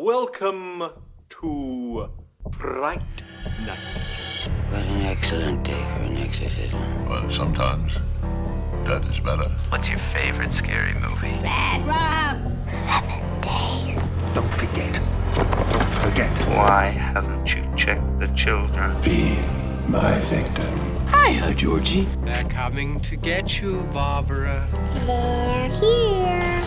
Welcome to Fright Night. What an excellent day for an exorcism. Well, sometimes that is better. What's your favorite scary movie? Red Rob! 7 days. Don't forget. Don't forget. Why haven't you checked the children? Be my victim. Hiya, Georgie. They're coming to get you, Barbara. They're here.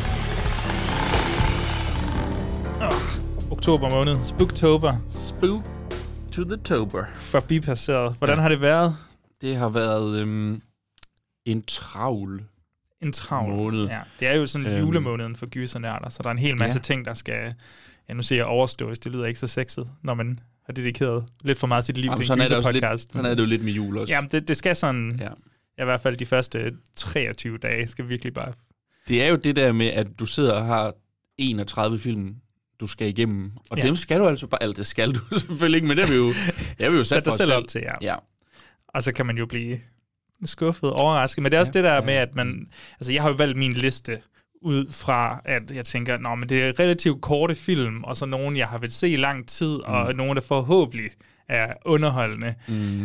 Oktober måned. Spooktober. Spook to the tober. Forbipasseret. Hvordan har det været? Det har været en travl måned. Ja. Det er jo sådan julemåneden for gysernørder, så der er en hel masse ting, der skal, nu siger jeg overstås, det lyder ikke så sexet, når man har dedikeret lidt for meget sit liv til en gyserpodcast. Sådan er det jo lidt med jul også. Jamen, det skal sådan, i hvert fald de første 23 dage, skal virkelig bare... Det er jo det der med, at du sidder og har 31 film, du skal igennem, og dem skal du altså bare... Altså, det skal du selvfølgelig ikke, men det er vi jo sat for os selv op til, ja. Og så kan man jo blive skuffet, overrasket. Men det er også det der med, at man... Altså, jeg har jo valgt min liste ud fra, at jeg tænker, men det er relativt korte film, og så nogen, jeg har vil se i lang tid, og nogen, der forhåbentlig er underholdende.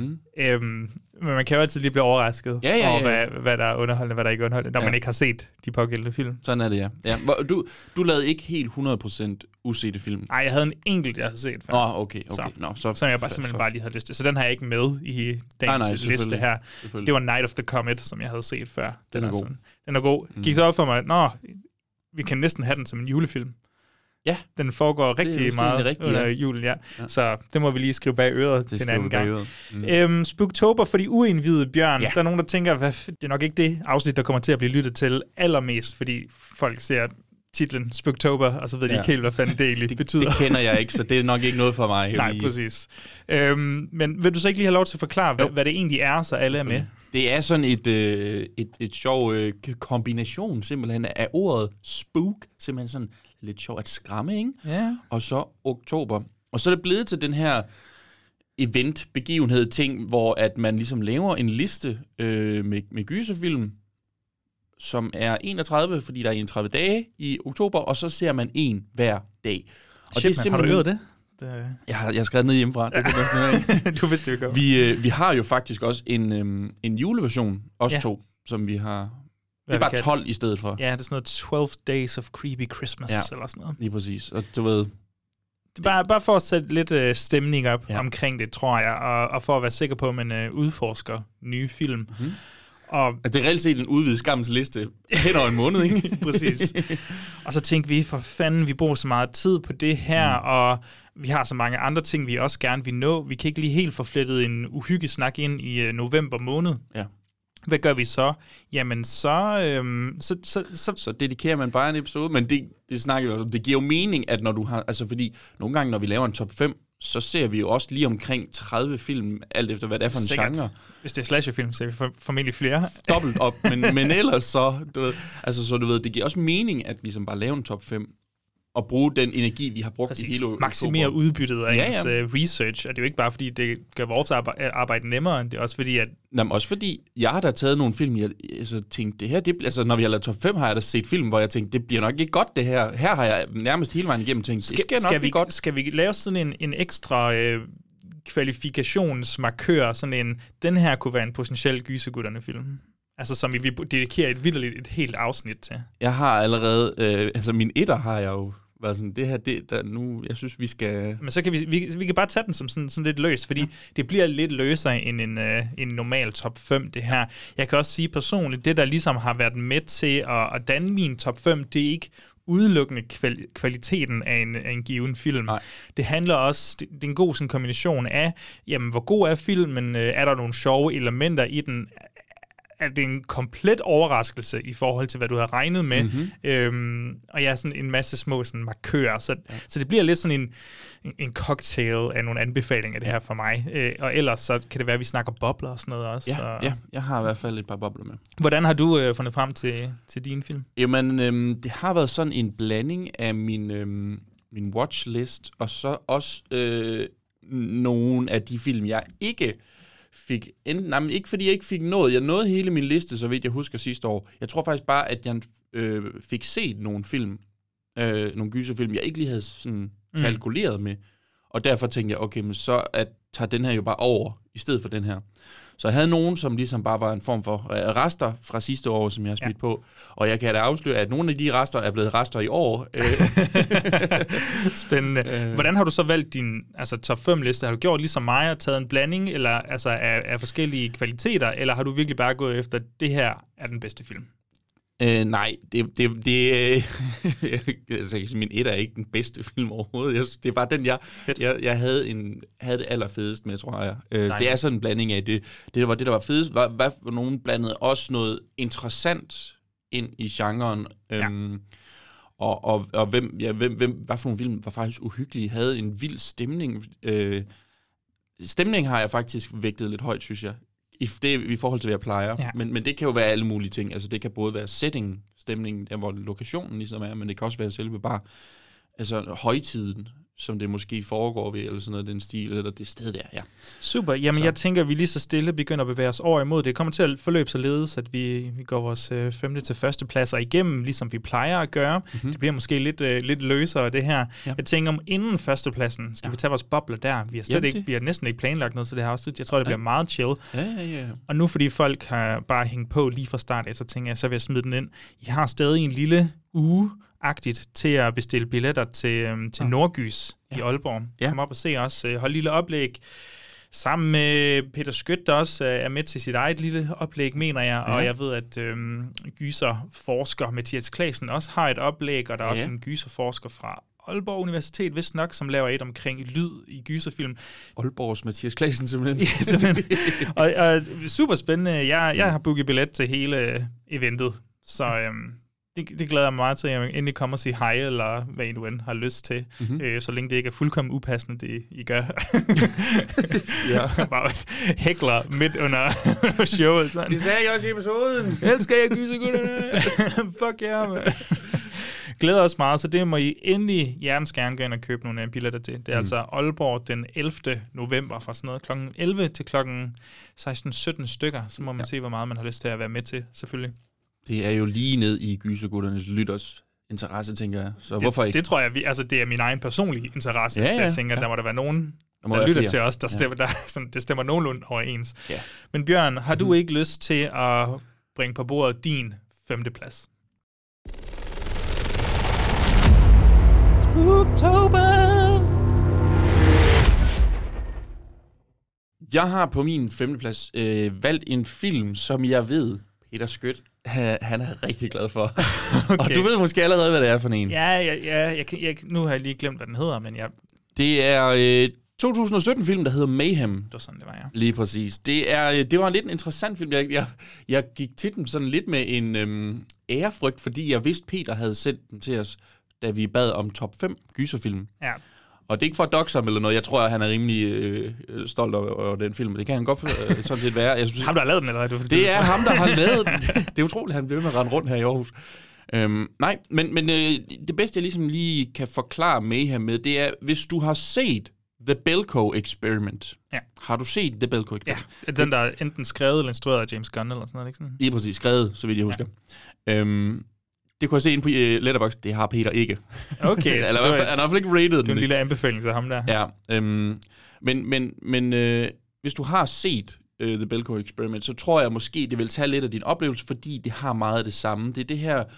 Men man kan jo altid lige blive overrasket over, hvad der er underholdende, hvad der ikke er underholdende, når man ikke har set de pågældende film. Sådan er det, ja. Du lavede ikke helt 100% usete film? Nej, jeg havde en enkelt, jeg havde set før. Okay. Så jeg simpelthen bare lige havde lyst til. Så den har jeg ikke med i dagens liste her. Det var Night of the Comet, som jeg havde set før. Den er god. Den er god. Gik så op for mig, vi kan næsten have den som en julefilm. Ja. Den foregår rigtig meget under julen, ja. Så det må vi lige skrive bag øret til en anden gang. Spooktober for de uindvidede, Bjørn. Ja. Der er nogen, der tænker, det er nok ikke det afsnit, der kommer til at blive lyttet til allermest, fordi folk ser titlen Spooktober, og så ved de ikke helt, hvad fanden det egentlig betyder. Det kender jeg ikke, så det er nok ikke noget for mig. Nej, præcis. Men vil du så ikke lige have lov til at forklare, hvad det egentlig er, så alle er med? Det er sådan et sjov kombination simpelthen af ordet spook, simpelthen sådan lidt sjov at skræmme, ikke? Ja. Og så oktober. Og så er det blevet til den her event-begivenhed ting, hvor at man ligesom laver en liste med gyserfilm, som er 31, fordi der er 31 dage i oktober, og så ser man en hver dag. Og det er simpelthen... Har du øvet det? Jeg har skrevet ned hjemmefra. Du vidste det jo godt. Vi har jo faktisk også en juleversion, to, som vi har... Det er bare 12 i stedet for. Ja, det er sådan noget 12 Days of Creepy Christmas, eller sådan noget. Lige præcis. Og du ved... Det er bare for at sætte lidt stemning op omkring det, tror jeg, og for at være sikker på, at man udforsker nye film. Mm-hmm. Og det er reelt set en udvidet skammens liste hen over en måned, ikke? Præcis. Og så tænkte vi, for fanden, vi bruger så meget tid på det her, og vi har så mange andre ting, vi også gerne vil nå. Vi kan ikke lige helt få flettet en uhyggesnak ind i november måned. Ja. Hvad gør vi så? Jamen, så dedikerer man bare en episode, men det snakker jo om. Det giver jo mening, at når du har... Altså, fordi nogle gange, når vi laver en top 5, så ser vi jo også lige omkring 30 film, alt efter hvad det er for en genre. Hvis det er slasherfilm, så er vi formentlig flere. Dobbelt op, men ellers så... Du ved, det giver også mening, at ligesom bare lave en top 5, og bruge den energi, vi har brugt i hele oktober. Maksimere udbyttet af ens research, og det er jo ikke bare, fordi det gør vores arbejde nemmere, det er også fordi, at... Jamen, også fordi, jeg har da taget nogle film, jeg tænkte, det her, når vi har lavet top 5, har jeg da set film, hvor jeg tænkte, det bliver nok ikke godt, det her. Her har jeg nærmest hele vejen igennem tænkt, det skal nok blive godt. Skal vi lave sådan en ekstra kvalifikationsmarkør, sådan den her kunne være en potentiel gysergutterne film? Altså, som vi dedikerer et helt afsnit til. Jeg har allerede, min etter har jeg jo været sådan, det her, der nu, jeg synes, vi skal... Men så kan vi kan bare tage den som sådan lidt løs, fordi det bliver lidt løsere end en normal top 5, det her. Jeg kan også sige personligt, det der ligesom har været med til at danne min top 5, det er ikke udelukkende kvaliteten af en given film. Nej. Det handler også, det er en god sådan, kombination af, jamen, hvor god er filmen, er der nogle sjove elementer i den, er det en komplet overraskelse i forhold til, hvad du havde regnet med. Mm-hmm. Og jeg er sådan en masse små sådan, markører. Så det bliver lidt sådan en cocktail af nogle anbefalinger, det her for mig. Og ellers så kan det være, at vi snakker bobler og sådan noget også. Ja, jeg har i hvert fald et par bobler med. Hvordan har du fundet frem til din film? Jamen, det har været sådan en blanding af min watchlist, og så også nogle af de film, jeg ikke fik, ikke fordi jeg ikke fik noget. Jeg nåede hele min liste, så vidt jeg husker sidste år. Jeg tror faktisk bare, at jeg fik set nogle film, nogle gyserfilm, jeg ikke lige havde sådan kalkuleret med. Og derfor tænkte jeg, okay, men så tager den her jo bare over, i stedet for den her. Så jeg havde nogen, som ligesom bare var en form for rester fra sidste år, som jeg har smidt på. Og jeg kan da afsløre, at nogle af de rester er blevet rester i år. Spændende. Hvordan har du så valgt din top 5-liste? Har du gjort ligesom mig og taget en blanding eller, af forskellige kvaliteter, eller har du virkelig bare gået efter, det her er den bedste film? Nej, min 1 er ikke den bedste film overhovedet. Det er bare den, jeg havde det allerfedest med, tror jeg. Det er sådan en blanding af det. Det var fedest. Hvad nogen blandede også noget interessant ind i genren. Og hvem, hvad for nogle film var faktisk uhyggelige, havde en vild stemning. Stemning har jeg faktisk vægtet lidt højt, synes jeg. I forhold til, hvad jeg plejer. Ja. Men det kan jo være alle mulige ting. Altså, det kan både være setting, stemningen, der hvor lokationen ligesom er, men det kan også være selve bare højtiden, som det måske foregår ved, eller sådan noget, den stil, eller det sted der, ja. Super. Jamen, jeg tænker, at vi lige så stille begynder at bevæge os over imod det. Det kommer til at forløbe således, at vi går vores 5. til 1. pladser igennem, ligesom vi plejer at gøre. Mm-hmm. Det bliver måske lidt løsere, det her. Ja. Jeg tænker, om inden 1. pladsen, skal vi tage vores bobler der? Vi har næsten ikke planlagt noget til det her afsnit. Jeg tror, det bliver meget chill. Ja. Og nu, fordi folk har bare hængt på lige fra start af, så tænker jeg, så vil jeg smide den ind. I har stadig en lille uge-agtigt til at bestille billetter til Nordgys i Aalborg. Kom op og se os. Hold lille oplæg sammen med Peter Skødt, der også er med til sit eget lille oplæg, mener jeg. Og jeg ved, at gyserforsker Mathias Claesen også har et oplæg, og der er også en gyserforsker fra Aalborg Universitet, vist nok, som laver et omkring lyd i gyserfilm. Aalborgs Mathias Claesen, simpelthen. Ja, simpelthen. og super spændende. Jeg har booket billet til hele eventet, så det glæder jeg mig meget til, at jeg endelig kommer og sige hej, eller hvad I nu end har lyst til, så længe det ikke er fuldkommen upassende, det I gør. Bare hækler midt under showet. Sådan. Det sagde jeg også i episoden. Elsker jeg gysergutterne. Fuck jer, man. Glæder os meget, så det må I endelig hjertens gerne gå ind og købe nogle billetter til. Det er altså Aalborg den 11. november fra sådan noget kl. 11 til kl. 16-17 stykker. Så må man se, hvor meget man har lyst til at være med til, selvfølgelig. Det er jo lige ned i gysergutternes lytters interesse, tænker jeg. Så hvorfor ikke? Det tror jeg, det er min egen personlige interesse. Så jeg tænker, der må der være nogen, der lytter til os, der stemmer, det stemmer nogenlunde overens. Ja. Men Bjørn, har du ikke lyst til at bringe på bordet din 5. plads? Spooktober! Jeg har på min 5. plads valgt en film, som jeg ved, Peter Skødt, han er rigtig glad for. Okay. Og du ved måske allerede, hvad det er for en. Ja, nu har jeg lige glemt, hvad den hedder, men jeg... Det er 2017-film, der hedder Mayhem. Det var sådan, det var, ja. Lige præcis. Det var en lidt interessant film. Jeg gik til den sådan lidt med en ærefrygt, fordi jeg vidste, Peter havde sendt den til os, da vi bad om top 5 gyserfilm. Ja. Og det er ikke for at doxe ham eller noget. Jeg tror, at han er rimelig stolt over den film. Det kan han godt sådan set være. Jeg synes, ham, der har lavet den, eller hvad? Det er ham, der har lavet den. Det er utroligt, han bliver med at rende rundt her i Aarhus. Nej, men det bedste, jeg ligesom lige kan forklare Mayhem med, det er, hvis du har set The Belko Experiment. Ja. Har du set The Belko Experiment? Ja, den der enten skrevet eller instrueret af James Gunn eller sådan noget, ikke sådan? Lige præcis, skrevet, så vidt jeg husker. Ja. Det kunne jeg se inde på Letterboxd. Det har Peter ikke. Okay. Eller han har i hvert fald ikke rated den. Det er en lille anbefaling til ham der. Ja. Men hvis du har set The Belko Experiment, så tror jeg måske, det vil tage lidt af din oplevelse, fordi det har meget af det samme. Det er det her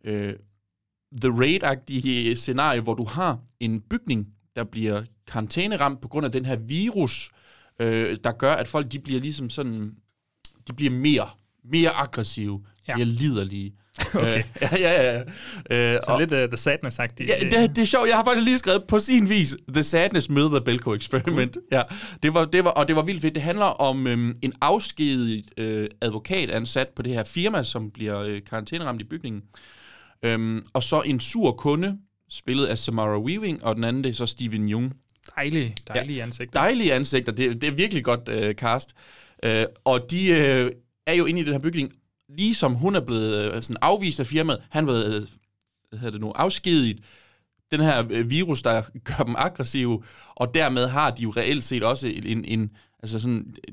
The Raid-agtige scenarie, hvor du har en bygning, der bliver karantæneramt på grund af den her virus, der gør, at folk de bliver ligesom sådan, de bliver mere aggressive, mere liderlige. Okay. Ja. Så lidt The Sadness-agtigt. Ja, det er sjovt. Jeg har faktisk lige skrevet på sin vis The Sadness med The Belko Experiment. Cool. Ja, det var vildt fedt. Det handler om en afskediget advokatansat på det her firma, som bliver karantæneramt i bygningen. Og så en sur kunde, spillet af Samara Weaving, og den anden det er så Steven Yeun. Dejlige ansigter. Dejlige ansigter. Det er virkelig godt cast. Og de er jo inde i den her bygning, ligesom hun er blevet sådan afvist af firmaet, han var afskediget. Den her virus, der gør dem aggressive, og dermed har de jo reelt set også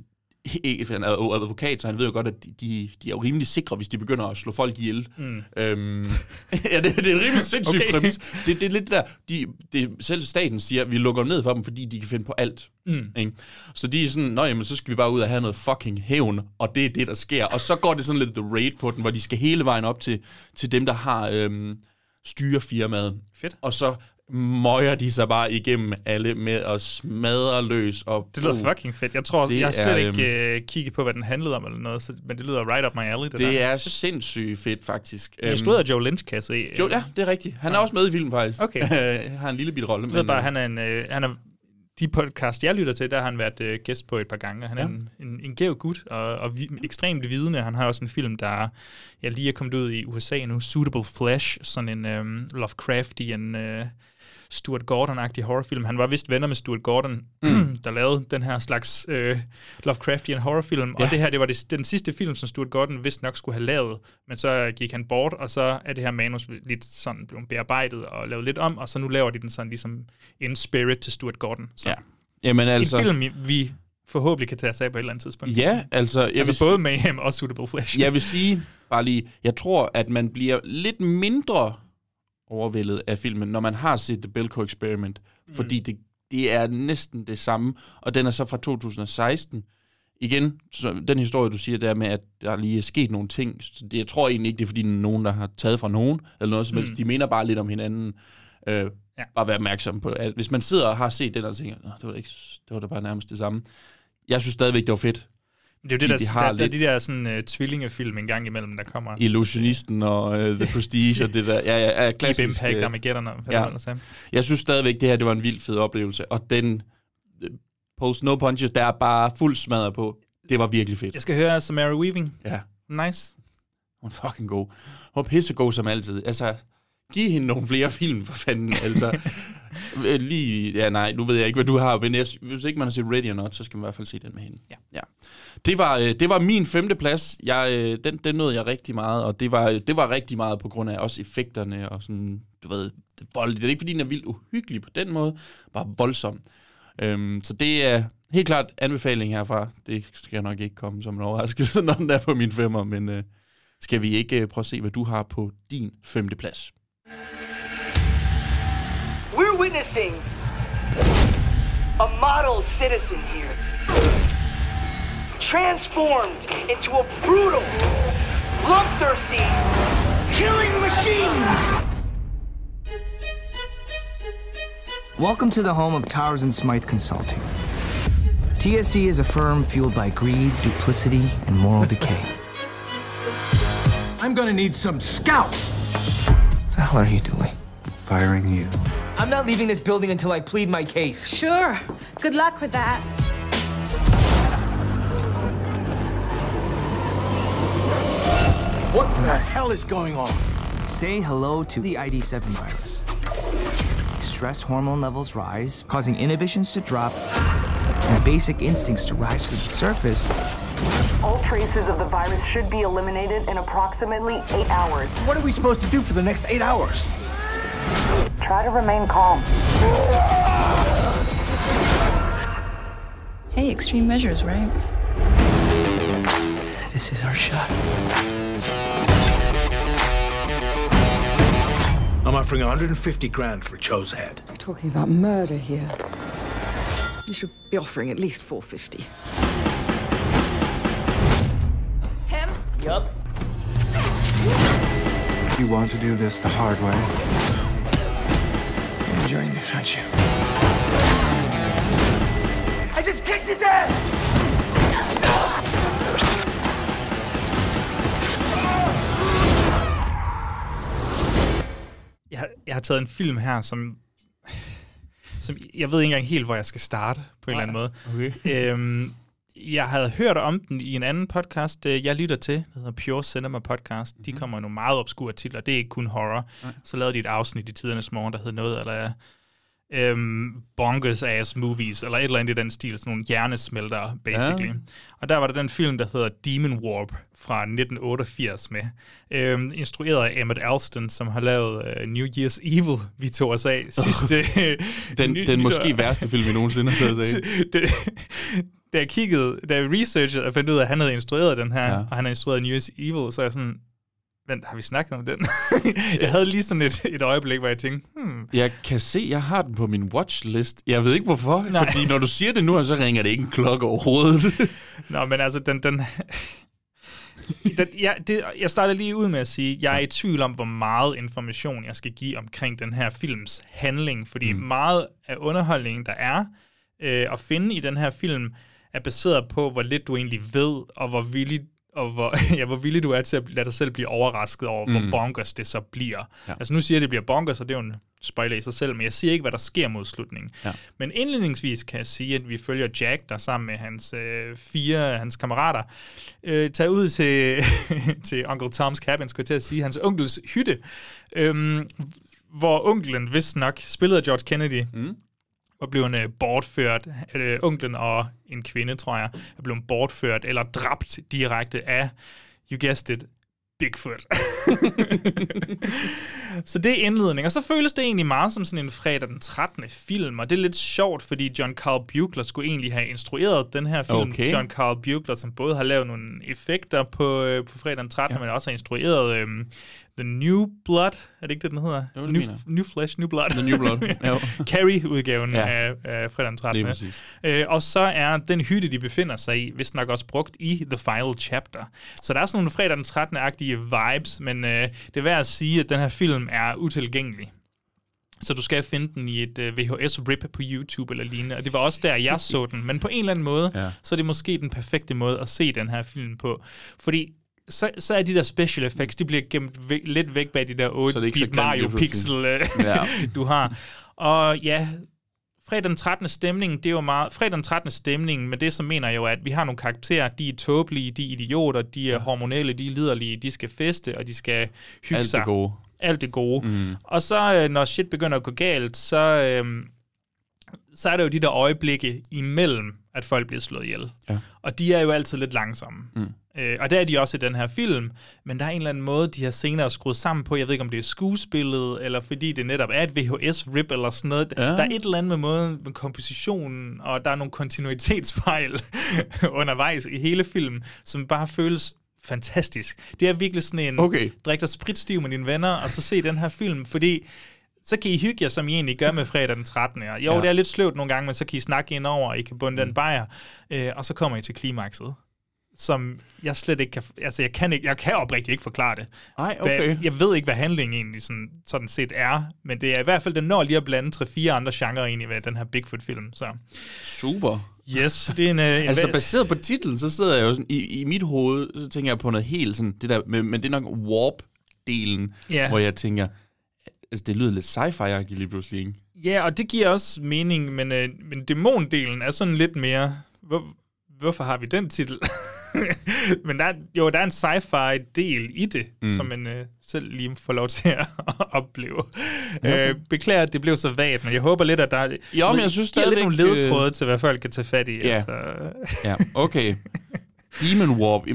han er advokat, så han ved jo godt, at de er jo rimelig sikre, hvis de begynder at slå folk ihjel. Ja, det er en rimelig sindssyg præmis. Det er lidt der, selv staten siger, at vi lukker ned for dem, fordi de kan finde på alt. Ikke? Så de er sådan, jamen, så skal vi bare ud og have noget fucking hævn, og det er det, der sker. Og så går det sådan lidt the raid på den, hvor de skal hele vejen op til dem, der har styrefirmaet. Fedt. Og så møjer de sig bare igennem alle med at smadre løs. Og det lyder fucking fedt. Jeg tror, jeg har slet ikke kigget på, hvad den handlede om eller noget, men det lyder right up my alley. Det er sindssygt fedt, faktisk. Jeg stod af Joe Lynch, kan jeg se. Ja, det er rigtigt. Han er også med i filmen, faktisk. Okay. har en lille bitte rolle. Jeg ved bare, han er de podcast, jeg lytter til, der har han været gæst på et par gange. Han er en gæv gut og ekstremt vidende. Han har også en film, der lige er kommet ud i USA nu, Suitable Flesh, sådan en Lovecraftian Stuart Gordon-agtig horrorfilm. Han var vist venner med Stuart Gordon, der lavede den her slags Lovecraftian horrorfilm. Ja. Og det her, det var den sidste film, som Stuart Gordon vist nok skulle have lavet. Men så gik han bort, og så er det her manus lidt sådan blevet bearbejdet og lavet lidt om, og så nu laver de den sådan ligesom in spirit til Stuart Gordon. Så. Ja. Jamen altså... En film, vi forhåbentlig kan tage os af på et eller andet tidspunkt. Ja, altså... både Mayhem og Suitable Flesh. Jeg vil sige, bare lige, jeg tror, at man bliver lidt mindre overvældet af filmen, når man har set The Belko Experiment, fordi det er næsten det samme, og den er så fra 2016. Igen, så den historie, du siger der med, at der lige er sket nogle ting, så jeg tror egentlig ikke, det er fordi nogen, der har taget fra nogen, eller noget som helst. De mener bare lidt om hinanden. Bare være opmærksom på, at hvis man sidder og har set den, og tænker, det var da bare nærmest det samme. Jeg synes stadigvæk, det var fedt. Det er jo det, der er de der sådan tvillingefilm en gang imellem, der kommer. Illusionisten og The Prestige og det der. Ja, klassisk. Deep Impact, Armageddon og hvad Jeg synes stadigvæk, det her det var en vild fed oplevelse, og den Post No Punches, der er bare fuld smadret på. Det var virkelig fedt. Jeg skal høre Samara Weaving. Ja. Nice. Hun er fucking god. Hun er pissegod som altid. Altså, giv hende nogle flere film, for fanden. Altså, nu ved jeg ikke, hvad du har, men hvis ikke man har set Ready or Not, så skal man i hvert fald se den med hende. Ja. Det var min 5. plads. Den nåede jeg rigtig meget, og det var rigtig meget på grund af også effekterne og sådan, du ved, det voldeligt. Det er ikke, fordi den er vildt uhyggelig på den måde, bare voldsom. Så det er helt klart anbefaling herfra. Det skal nok ikke komme som en overraskelse, når den er på min 5'er, men skal vi ikke prøve at se, hvad du har på din 5. plads? We're witnessing a model citizen here, transformed into a brutal, bloodthirsty, killing machine! Welcome to the home of Towers & Smythe Consulting. TSC is a firm fueled by greed, duplicity, and moral decay. I'm gonna need some scouts! What the hell are you doing? Firing you. I'm not leaving this building until I plead my case. Sure. Good luck with that. What the hell is going on? Say hello to the ID7 virus. Stress hormone levels rise, causing inhibitions to drop and basic instincts to rise to the surface. All traces of the virus should be eliminated in approximately 8 hours. What are we supposed to do for the next 8 hours? Try to remain calm. Hey, extreme measures, right? This is our shot. I'm offering 150 grand for Cho's head. We're talking about murder here. You should be offering at least 450. Him? Yup. You want to do this the hard way? You're enjoying this, aren't you? I just kicked his ass! Jeg har taget en film her, som jeg ved ikke engang helt, hvor jeg skal starte på en eller anden måde. Okay. Jeg havde hørt om den i en anden podcast, jeg lytter til, der hedder Pure Cinema Podcast. De kommer nogle meget obskure titler, det er ikke kun horror. Så lavede de et afsnit i tidernes morgen, der hed noget, eller bonkers ass movies, eller et eller andet i den stil, sådan nogle hjernesmeltere, basically. Ja. Og der var der den film, der hedder Demon Warp fra 1988 med, instrueret af Emmett Alston, som har lavet New Year's Evil, vi tog os af sidste... den måske værste film, vi nogensinde har taget os af. da jeg researchede og fandt ud af, at han havde instrueret den her, og han har instrueret News Evil, så er jeg sådan, vent, har vi snakket om den? Jeg havde lige sådan et øjeblik, hvor jeg tænkte, Jeg kan se, jeg har den på min watchlist. Jeg ved ikke hvorfor, fordi når du siger det nu, så ringer det ikke en klokke overhovedet. Nå, men altså, jeg starter lige ud med at sige, at jeg er i tvivl om, hvor meget information jeg skal give omkring den her films handling, fordi meget af underholdningen, der er at finde i den her film, er baseret på, hvor lidt du egentlig ved, og hvor villig du er til at lade dig selv blive overrasket over, hvor bonkers det så bliver. Ja. Altså nu siger jeg, at det bliver bonkers, og det er jo en spoiler i sig selv, men jeg siger ikke, hvad der sker mod slutningen. Ja. Men indledningsvis kan jeg sige, at vi følger Jack, der sammen med hans 4 hans kammerater, tager ud til Uncle Tom's Cabin, skulle jeg til at sige, hans onkels hytte, hvor onklen vist nok, spillet af George Kennedy, var blevet bortført, onklen og en kvinde, tror jeg, er blevet bortført eller dræbt direkte af, you guessed it, Bigfoot. Så det er indledning. Og så føles det egentlig meget som sådan en fredag den 13. film, og det er lidt sjovt, fordi John Carl Buechler skulle egentlig have instrueret den her film. Okay. John Carl Buechler, som både har lavet nogle effekter på fredag den 13., men også har instrueret The New Blood, er det ikke det, den hedder? Jo, New Flesh, New Blood. The New Blood, ja. Carrie-udgaven af fredag den 13. Og så er den hytte, de befinder sig i, vist nok også brugt i The Final Chapter. Så der er sådan nogle fredag den 13-agtige vibes, men det er værd at sige, at den her film er utilgængelig. Så du skal finde den i et VHS-rip på YouTube eller lignende, og det var også der, jeg så den. Men på en eller anden måde, så er det måske den perfekte måde at se den her film på. Fordi så er de der special effects, de bliver gemt lidt væk bag de der 8-bit Mario-pixel, du har. Og ja, fredag den 13. stemning, det er jo meget... Fredag den 13. stemning, men det så mener jeg jo, at vi har nogle karakterer, de er tåbelige, de er idioter, de er hormonelle, de er liderlige, de skal feste, og de skal hygge sig. Alt det gode. Og så, når shit begynder at gå galt, så er der jo de der øjeblikke imellem, at folk bliver slået ihjel. Ja. Og de er jo altid lidt langsomme. Og der er de også i den her film, men der er en eller anden måde, de her scener er skruet sammen på. Jeg ved ikke, om det er skuespillet, eller fordi det netop er et VHS-rip eller sådan noget. Ja. Der er et eller andet med måden med kompositionen, og der er nogle kontinuitetsfejl undervejs i hele filmen, som bare føles fantastisk. Det er virkelig sådan en drik dig spritstiv med dine venner, og så se den her film, fordi så kan I hygge jer, som I egentlig gør med fredag den 13. Jo, det er lidt sløvt nogle gange, men så kan I snakke ind over, og I kan bunde den bajer, og så kommer I til klimakset, som jeg slet ikke kan... Altså, jeg kan oprigtigt ikke forklare det. Ej, okay. Jeg ved ikke, hvad handlingen egentlig sådan set er, men det er i hvert fald, den når lige at blande 3-4 andre genrer ind i den her Bigfoot-film. Så. Super. Yes, det er en altså, baseret på titlen, så sidder jeg jo sådan, i mit hoved, så tænker jeg på noget helt sådan, det der, men det er nok warp-delen, hvor jeg tænker, altså, det lyder lidt sci-fi-agtigt lige pludselig, ikke? Ja, og det giver også mening, men dæmon-delen er sådan lidt mere... Hvorfor har vi den titel? Men der er en sci-fi-del i det, som man selv lige får lov til at opleve. Okay. Beklager, at det blev så vagt, men jeg håber lidt, at der jeg synes giver lidt nogle ledetråde til, hvad folk kan tage fat i. Ja, altså. Ja, okay. Demon Warp,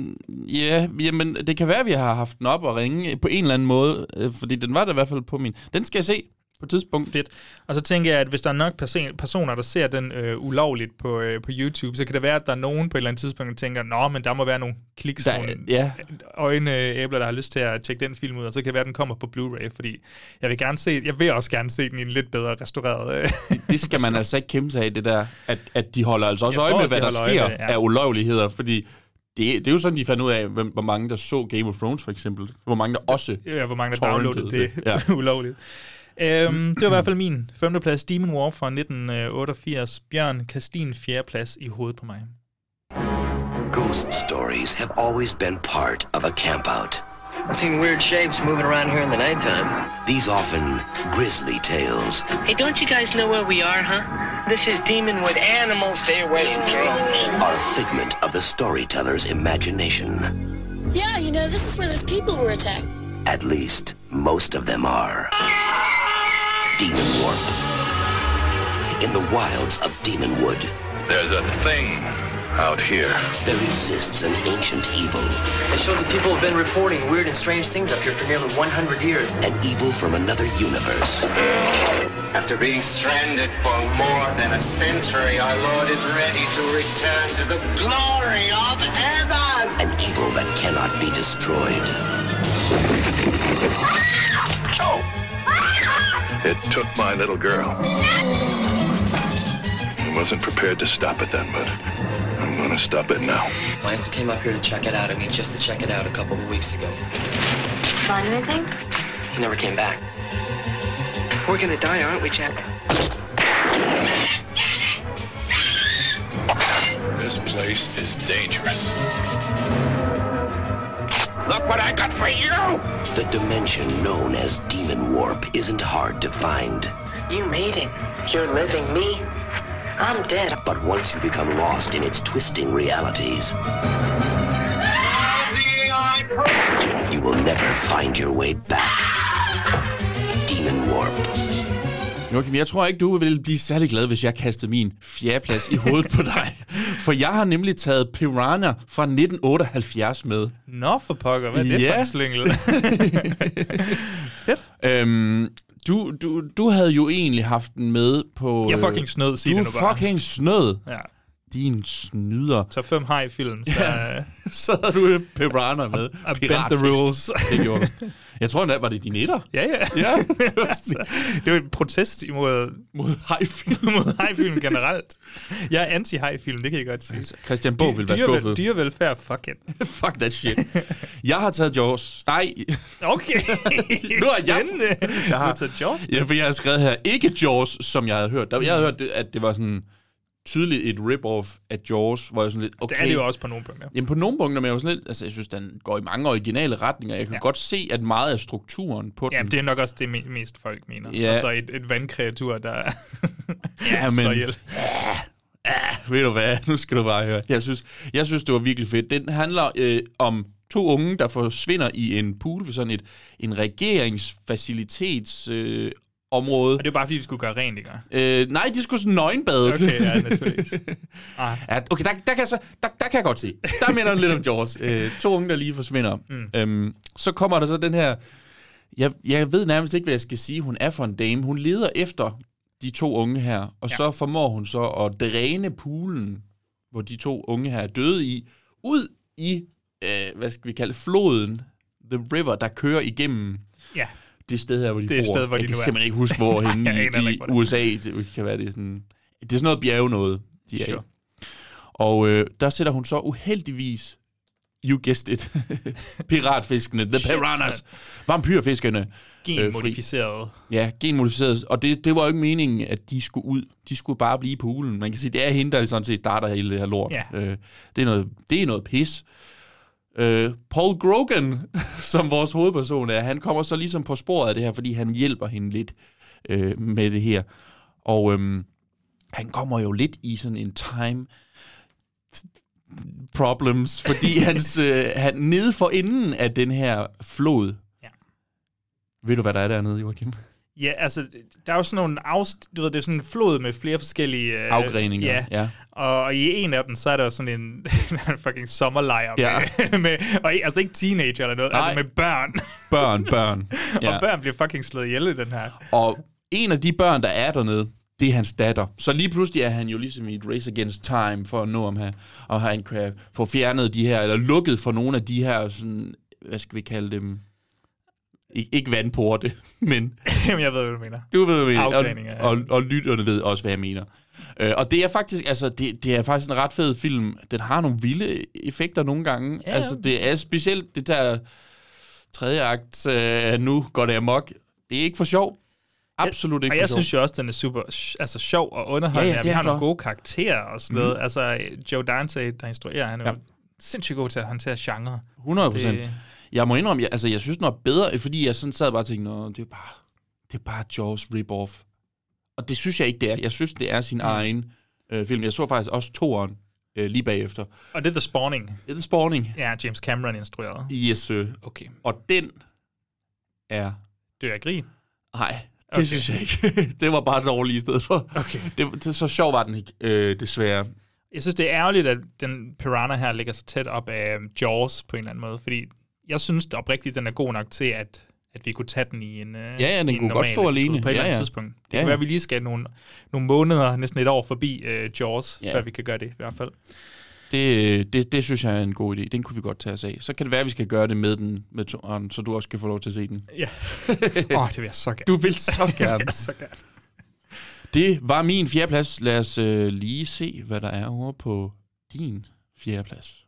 jamen, det kan være, at vi har haft den op og ringe på en eller anden måde, fordi den var der i hvert fald på min... Den skal jeg se på et tidspunkt. Fedt. Og så tænker jeg, at hvis der er nok personer, der ser den ulovligt på YouTube, så kan det være, at der er nogen på et eller andet tidspunkt, der tænker, nå, men der må være nogle kliks, nogle øjenæbler, der har lyst til at tjekke den film ud, og så kan det være, at den kommer på Blu-ray, fordi jeg vil også gerne se den i en lidt bedre restaureret... Det skal man altså ikke kæmpe sig af, det der, at de holder altså også øje med, hvad der sker af ulovligheder, fordi... Det er jo sådan, de fandt ud af, hvor mange der så Game of Thrones, for eksempel. Hvor mange der også... Ja, hvor mange der downloadede det ulovligt. Det var i hvert fald min 5. plads, Demon Warp fra 1988. Bjørn Kastin 4. plads i hovedet på mig. Ghost stories have always been part of a campout. I've seen weird shapes moving around here in the nighttime. These often grisly tales. Hey, don't you guys know where we are, huh? This is Demonwood. Animals, stay away from drones. Are a figment of the storyteller's imagination. Yeah, you know, this is where those people were attacked. At least, most of them are. Demon Warp. In the wilds of Demonwood. There's a thing out here. There exists an ancient evil. It shows that people have been reporting weird and strange things up here for nearly 100 years. An evil from another universe. After being stranded for more than a century, our Lord is ready to return to the glory of heaven. An evil that cannot be destroyed. It took my little girl. I wasn't prepared to stop it then, but I'm gonna stop it now. My uncle came up here to check it out. I mean, just to check it out a couple of weeks ago. Find anything? He never came back. We're gonna die, aren't we, Jack? This place is dangerous. Look what I got for you! The dimension known as Demon Warp isn't hard to find. You made it. You're living me. I'm dead. But once you become lost in its twisting realities, you will never find your way back. Demon Warp. Joachim, jeg tror ikke, du ville blive særlig glad, hvis jeg kastede min fjerdeplads i hovedet på dig. For jeg har nemlig taget Piranha fra 1978 med. Nå for pokker, hvad er det for en slyngel? Fedt. Du havde jo egentlig haft den med på... Jeg fucking snød, sig det nu bare. Du fucking snød. Ja. Din snyder. Top 5 high-film, så... så havde du Piranha med. I bent the rules. Det gjorde du. Jeg tror endda, var det din etter? Ja. Det var en protest mod high-film. mod high-film generelt. Jeg er anti-high-film, det kan jeg godt sige. Altså, Christian Bog vil være skuffet. Dyrevelfærd, fuck it. Fuck that shit. Jeg har taget Jaws. Nej. Okay. Nu har jeg taget Jaws? Ja, for jeg har skrevet her, ikke Jaws, som jeg havde hørt. Jeg havde hørt, at det var sådan... tydeligt et rip-off af Jaws, hvor jeg sådan lidt, okay... Det er det jo også på nogle punkter. Jamen på nogle punkter, men jeg var sådan lidt, altså jeg synes, den går i mange originale retninger. Jeg kan godt se, at meget af strukturen på den... Jamen det er nok også det mest folk mener. Ja. Og så et vandkreatur, der slår ihjel. Ved du hvad, nu skal du bare høre. Jeg synes, det var virkelig fedt. Den handler om 2 unge, der forsvinder i en pool ved sådan en regeringsfacilitets... område. Og det er bare fordi, de skulle gøre rent, ikke? Nej, de skulle sådan nøgenbade. Okay, ja, naturligvis. Ja, okay, der kan jeg godt se. Der minder den lidt om Jaws. 2 unge, der lige forsvinder. Så kommer der så den her... Jeg ved nærmest ikke, hvad jeg skal sige. Hun er for en dame. Hun leder efter de 2 unge her, og så formår hun så at dræne poolen, hvor de 2 unge her er døde i, ud i, hvad skal vi kalde floden, The River, der kører igennem... Ja. Det sted her, hvor de bor. Sted, hvor jeg kan simpelthen ikke huske, hvor henne i USA. Det kan være, det er sådan noget bjerge noget, de er i. Og der sætter hun så uheldigvis, you guessed it, piratfiskene, the piranhas, vampyrfiskerne. Genmodificeret. Ja, genmodificeret. Og det var jo ikke meningen, at de skulle ud. De skulle bare blive i poolen. Man kan sige, det er hende, der sådan set darter hele det her lort. Ja. Det er noget pis. Paul Grogan, som vores hovedperson er, han kommer så ligesom på sporet af det her, fordi han hjælper hende lidt med det her. Og han kommer jo lidt i sådan en time problems, fordi han nede for enden af den her flod. Ja. Ved du, hvad der er dernede, Joachim? Ja, altså, der er jo sådan nogle det er sådan en flod med flere forskellige... afgreninger, ja. Og i en af dem, så er der jo sådan en fucking sommerlejr med og altså ikke teenager eller noget, altså med børn. Børn. Ja. Og børn bliver fucking slået ihjel i den her. Og en af de børn, der er dernede, det er hans datter. Så lige pludselig er han jo ligesom i et race against time for at nå ham her. Og han kan få fjernet de her, eller lukket for nogle af de her, sådan, hvad skal vi kalde dem... Ikke vandporte, men... Jamen, jeg ved, hvad du mener. Du ved, hvad jeg mener. Og lytterne ved også, hvad jeg mener. Og det er faktisk, altså, det er faktisk en ret fed film. Den har nogle vilde effekter nogle gange. Ja. Altså, det er specielt det der tredje akt, nu går det amok. Det er ikke for sjov. Absolut ikke for sjov. Og jeg synes jo også, den er super sjov og underholdende. Ja, vi har nogle gode karakterer og sådan noget. Altså, Joe Dante, der instruerer, han er jo sindssygt god til at håndtere genre. 100%. Jeg må indrømme, jeg synes, den var bedre, fordi jeg sådan sad bare og tænkte, det er bare Jaws rip-off. Og det synes jeg ikke, det er. Jeg synes, det er sin egen film. Jeg så faktisk også 2'eren lige bagefter. Og det er The Spawning. Det er The Spawning. Ja, James Cameron instruerede. Yes, sir. Okay. Og den er... Dør af grin? Nej, det synes jeg ikke. Det var bare dårligt i stedet for. Okay. Så sjov var den ikke, desværre. Jeg synes, det er ærgerligt, at den Piranha her ligger så tæt op af Jaws på en eller anden måde, fordi jeg synes oprigtigt, den er god nok til, at at vi kunne tage den i en den en kunne godt stå alene på et eller andet tidspunkt. Det kan være, at vi lige skal nogle måneder, næsten et år forbi Jaws, før vi kan gøre det i hvert fald. Det synes jeg er en god idé. Den kunne vi godt tage os af. Så kan det være, at vi skal gøre det med toren, så du også kan få lov til at se den. Ja. Det vil jeg så gerne. Du vil så gerne. Det vil så gerne. Det var min 4. plads. Lad os lige se, hvad der er over på din 4. plads.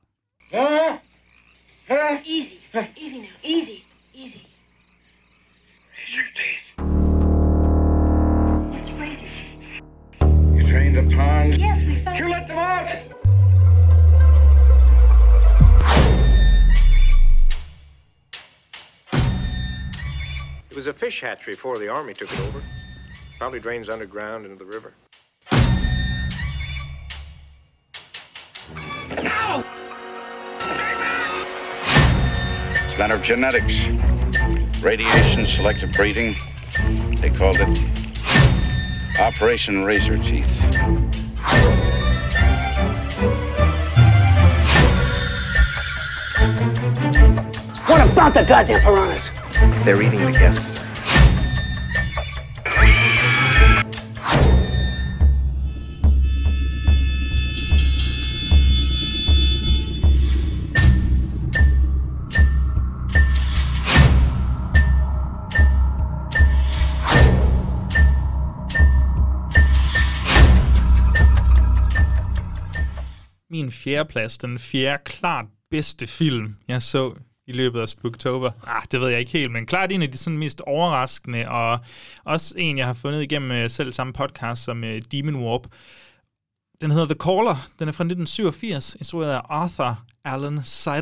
Easy. Easy now. Easy. Easy. Razor teeth. What's razor teeth? You drained the pond? Yes, we found... You let them out! It was a fish hatchery before the army took it over. Probably drains underground into the river. Ow! It's a matter of genetics. Radiation selective breeding. They called it Operation Razor Teeth. What about the goddamn piranhas? They're eating the guests. Min 4. plads, den 4. klart bedste film, jeg så i løbet af Spooktober. Det ved jeg ikke helt, men klart en af de sådan mest overraskende, og også en, jeg har fundet igennem selv samme podcast som Demon Warp. Den hedder The Caller. Den er fra 1987, instrueret af Arthur Allen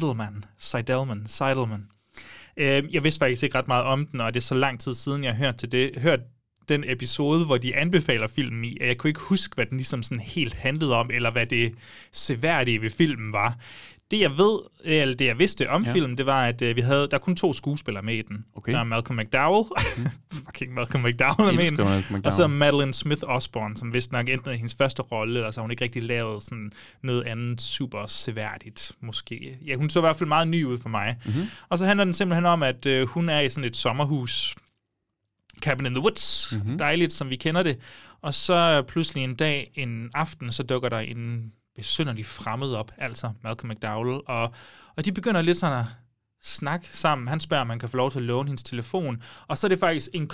Seidelman. Jeg vidste faktisk ikke ret meget om den, og det er så lang tid siden, jeg har hørt den episode, hvor de anbefaler filmen i, jeg kunne ikke huske, hvad den ligesom sådan helt handlede om, eller hvad det seværdige ved filmen var. Det jeg ved, eller det jeg vidste om filmen, det var, at der er kun 2 skuespillere med i den. Okay. Der er Malcolm McDowell, fucking Malcolm McDowell er med i den, og så Madeleine Smith Osborne, som vist nok enten hendes første rolle, eller så hun ikke rigtig lavet sådan noget andet super seværdigt, måske. Ja, hun så i hvert fald meget ny ud for mig. Mm-hmm. Og så handler den simpelthen om, at hun er i sådan et sommerhus, Cabin in the Woods, dejligt, som vi kender det. Og så pludselig en aften, så dukker der en besynderlig fremmed op, altså Malcolm McDowell, og de begynder lidt sådan at snakke sammen. Han spørger, om man kan få lov til at låne hendes telefon, og så er det faktisk en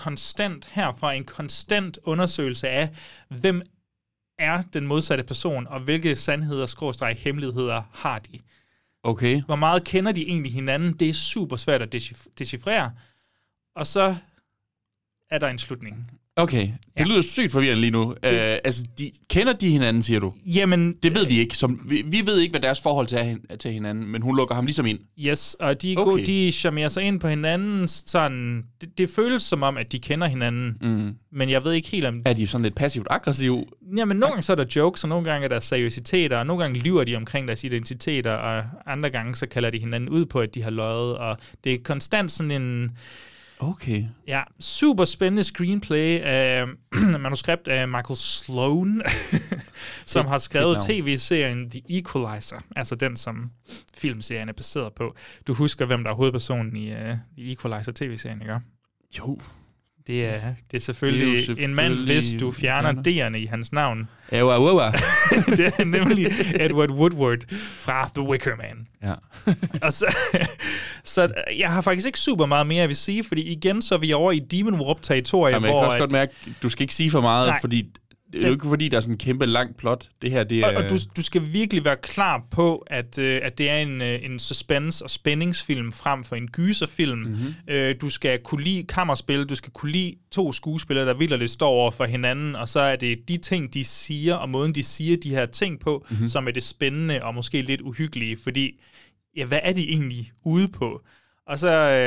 konstant undersøgelse af, hvem er den modsatte person, og hvilke sandheder, hemmeligheder har de. Okay. Hvor meget kender de egentlig hinanden? Det er super svært at decifrere. Og så er der en slutning. Okay, det lyder sygt forvirrende lige nu. Kender de hinanden, siger du? Jamen... Det ved vi ikke. Vi ved ikke, hvad deres forhold er til hinanden, men hun lukker ham ligesom ind. Yes, og de charmerer sig ind på hinanden. Sådan, det føles som om, at de kender hinanden, men jeg ved ikke helt om... Er de sådan lidt passivt aggressive? Jamen, nogle gange så er der jokes, og nogle gange er der seriøsiteter, og nogle gange lyver de omkring deres identiteter, og andre gange så kalder de hinanden ud på, at de har løjet, og det er konstant sådan en... Okay. Ja, super spændende screenplay af manuskript af Michael Sloan, som har skrevet tv-serien The Equalizer, altså den, som filmserien er baseret på. Du husker, hvem der er hovedpersonen i The Equalizer tv-serien, ikke? Jo. Det er selvfølgelig en mand, hvis du fjerner D'erne i hans navn. Det er nemlig Edward Woodward fra The Wicker Man. Ja. Og så jeg har faktisk ikke super meget mere, jeg vil sige, fordi igen så er vi over i Demon Warp-territoriet, hvor... Jeg kan også godt mærke, du skal ikke sige for meget, fordi... Det er jo ikke fordi, der er sådan en kæmpe lang plot. Det her, det er... Og du skal virkelig være klar på, at det er en suspense- og spændingsfilm frem for en gyserfilm. Mm-hmm. Du skal kunne lide kammerspil, du skal kunne lide 2 skuespillere, der vildt står over for hinanden, og så er det de ting, de siger, og måden, de siger de her ting på, som er det spændende og måske lidt uhyggelige, fordi, ja, hvad er de egentlig ude på? Og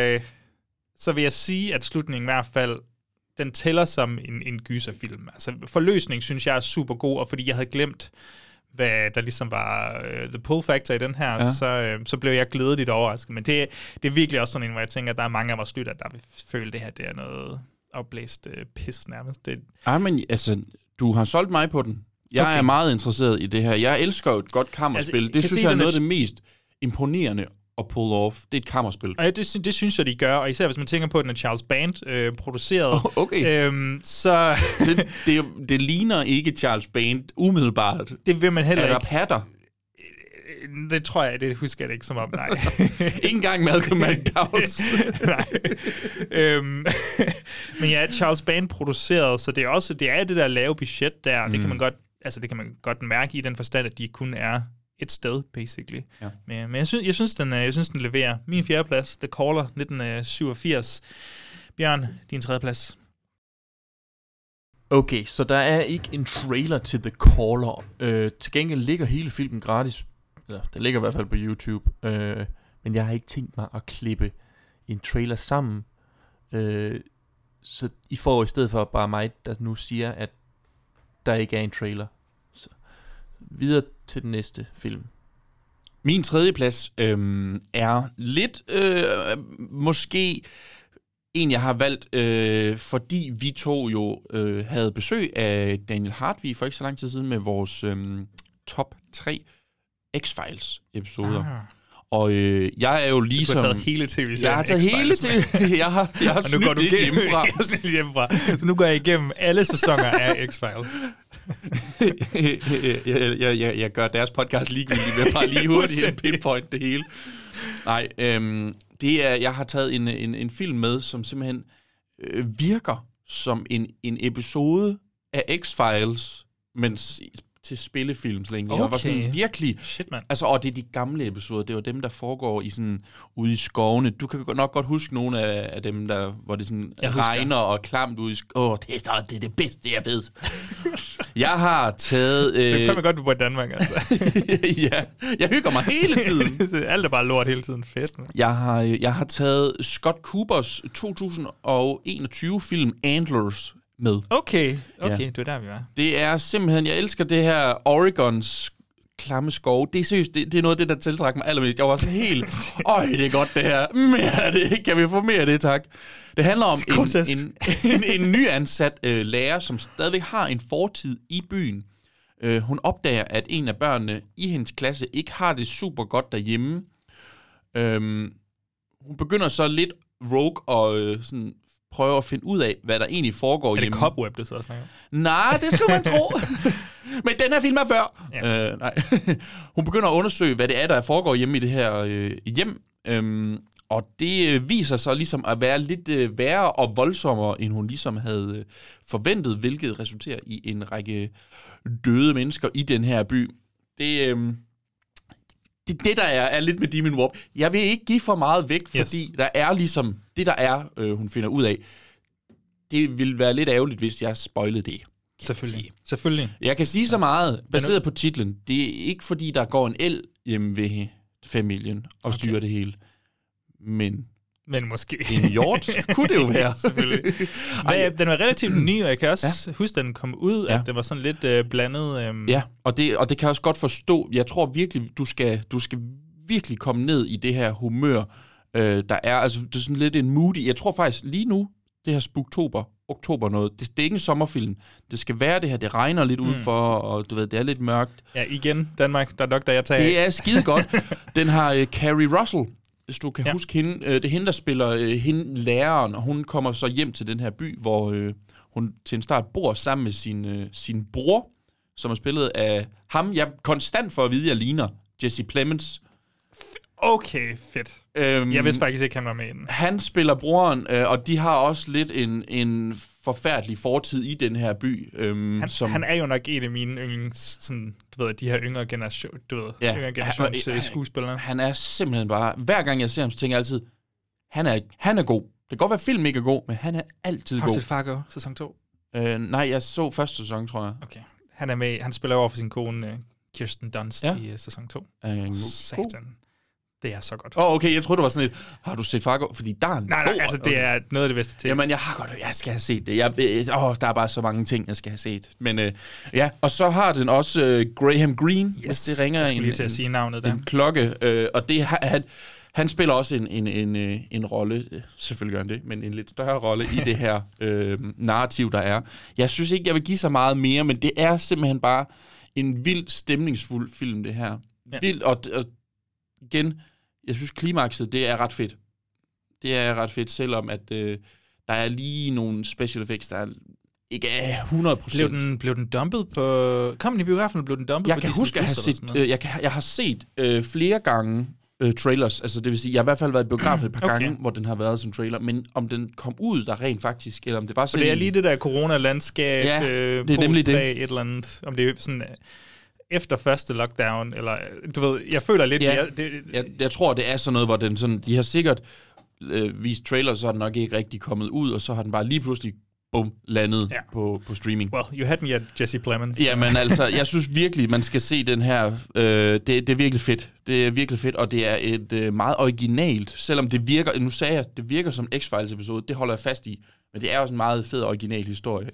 så vil jeg sige, at slutningen i hvert fald den tæller som en gyserfilm. Altså, forløsning synes jeg er super god, og fordi jeg havde glemt, hvad der ligesom var the pull factor i den her, så blev jeg glædeligt overrasket. Men det er virkelig også sådan en, hvor jeg tænker, at der er mange af vores lyttere, der vil føle, det her det er noget opblæst pis nærmest. Men altså, du har solgt mig på den. Jeg er meget interesseret i det her. Jeg elsker jo et godt kammerspil. Altså, det synes jeg er noget af det mest imponerende at pull off. Det er et kammerspil. Og det synes jeg, de gør, og især hvis man tænker på, at den er Charles Band produceret. Så... det ligner ikke Charles Band umiddelbart. Det vil man heller ikke. Er der patter? Det tror jeg, det husker jeg det ikke som om, nej. Ikke engang Malcolm McDowell. Nej. Men ja, Charles Band produceret, så det er det der lave budget der. Det kan man godt, det kan man godt mærke i den forstand, at de kun er et sted, basically. Ja. Men jeg synes, den leverer. Min 4. plads, The Caller, 1987. Bjørn, din 3. plads. Okay, så der er ikke en trailer til The Caller. Til gengæld ligger hele filmen gratis. Eller, det ligger i hvert fald på YouTube. Men jeg har ikke tænkt mig at klippe en trailer sammen. Så I får i stedet for bare mig, der nu siger, at der ikke er en trailer. Så videre til den næste film. Min 3. plads er lidt måske en, jeg har valgt, fordi vi to jo havde besøg af Daniel Hartvig for ikke så lang tid siden med vores top 3 X-Files episoder. Og jeg er jo ligesom... Du har taget hele tv-serien. Jeg har taget hele tv-serien. Jeg har snydt lidt hjemmefra. Så nu går jeg igennem alle sæsoner af X-Files. jeg gør deres podcast ligegyldigt ved bare lige hurtigt pinpoint det hele. Nej, det er... Jeg har taget en film med, som simpelthen virker som en episode af X-Files, men til spillefilmslængde. Okay. Og var sådan virkelig... Shit, man. Altså, og det er de gamle episoder. Det var dem, der foregår i sådan ude i skovene. Du kan nok godt huske nogle af dem, der, hvor det sådan regner og klamt ude i det er det bedste, jeg ved. Jeg har taget... Det er fandme godt, du bor i Danmark, altså. Ja, jeg hygger mig hele tiden. Alt er bare lort hele tiden. Fedt, man. Jeg har taget Scott Coopers 2021-film Antlers med. Okay, ja. Det er der, vi var. Det er simpelthen, jeg elsker det her Oregons klamme skov. Det er seriøst, det er noget af det, der tiltrækker mig allermest. Jeg var sådan helt, det er godt det her. Mere af det. Kan vi få mere af det, tak? Det handler om en nyansat lærer, som stadigvæk har en fortid i byen. Hun opdager, at en af børnene i hendes klasse ikke har det super godt derhjemme. Hun begynder så lidt rogue og sådan prøver at finde ud af, hvad der egentlig foregår hjemme. Er det Cobweb, du så snakker om? Nej, det skulle man tro. Men den her film er før. Ja. Nej. Hun begynder at undersøge, hvad det er, der foregår hjemme i det her hjem. Og det viser sig ligesom at være lidt værre og voldsommere, end hun ligesom havde forventet, hvilket resulterer i en række døde mennesker i den her by. Det der er lidt med Demon Warp. Jeg vil ikke give for meget væk, fordi der er ligesom... Det, der er, hun finder ud af, det vil være lidt ærgerligt, hvis jeg spoilede det. Selvfølgelig. Jeg kan sige så meget, baseret på titlen. Det er ikke, fordi der går en el hjemme ved familien og styrer det hele. Men måske. En hjort kunne det jo være. Selvfølgelig. Den var relativt ny, og jeg kan også huske, at den kom ud, at det var sådan lidt blandet. Ja, og det kan jeg også godt forstå. Jeg tror virkelig, du skal virkelig komme ned i det her humør, der er. Altså, det er sådan lidt en moody. Jeg tror faktisk lige nu, det her oktober noget, det er ikke en sommerfilm. Det skal være det her, det regner lidt udenfor, og du ved, det er lidt mørkt. Ja, igen, Danmark, der er nok, der jeg tager. Det er skide godt. Den har Carrie Russell, hvis du kan huske hende. Det er hende, der spiller hende læreren, og hun kommer så hjem til den her by, hvor hun til en start bor sammen med sin bror, som er spillet af ham. Jeg konstant for at vide, at jeg ligner Jesse Plemons. Okay, fedt. Jeg vidste faktisk ikke, han var med i den. Han spiller broren, og de har også lidt en forfærdelig fortid i den her by. Han er jo nok en af mine yndlings, sådan, du ved, de her yngre generations skuespillere. Han er simpelthen bare... Hver gang jeg ser ham, så tænker jeg altid, han er god. Det kan godt være, at film ikke er god, men han er altid god. Har du set Fargo, sæson 2? Nej, jeg så første sæson, tror jeg. Okay. Han er med, han spiller over for sin kone, Kirsten Dunst, i sæson 2. Satan. Det er så godt. Okay, jeg troede, det var sådan et, har du set Fargo? Fordi der er Nej, altså det er noget af det bedste til. Jamen, jeg skal have set det. Der er bare så mange ting, jeg skal have set. Men og så har den også Graham Greene, hvis det ringer lige til at sige navnet der. En klokke. Og det han spiller også en rolle, selvfølgelig gør han det, men en lidt større rolle i det her narrativ, der er. Jeg synes ikke, jeg vil give så meget mere, men det er simpelthen bare en vildt stemningsfuld film, det her. Ja. Vildt, og igen, jeg synes klimakset, det er ret fedt. Det er ret fedt, selvom at der er lige nogle special effects, der ikke er 100%. Blev den dumpet på... Kom den i biografen, og blev den dumpet på Disney+? Jeg kan huske, jeg har set flere gange trailers, altså det vil sige, jeg har i hvert fald været i biografen et par gange, hvor den har været som trailer, men om den kom ud der rent faktisk, eller om det bare sådan... Og det er lige det der corona-landskab, det er nemlig det. Et eller andet, om det er sådan... efter første lockdown, eller du ved, jeg føler lidt... Ja, jeg tror, det er sådan noget, hvor den sådan... De har sikkert vist trailers, så har den nok ikke rigtig kommet ud, og så har den bare lige pludselig landet på streaming. Well, you had me at Jesse Plemons. Jamen altså, jeg synes virkelig, man skal se den her. Det er virkelig fedt. Det er virkelig fedt, og det er et meget originalt, selvom det virker... Nu sagde jeg, det virker som X-Files episode, det holder jeg fast i, men det er også en meget fed original historie.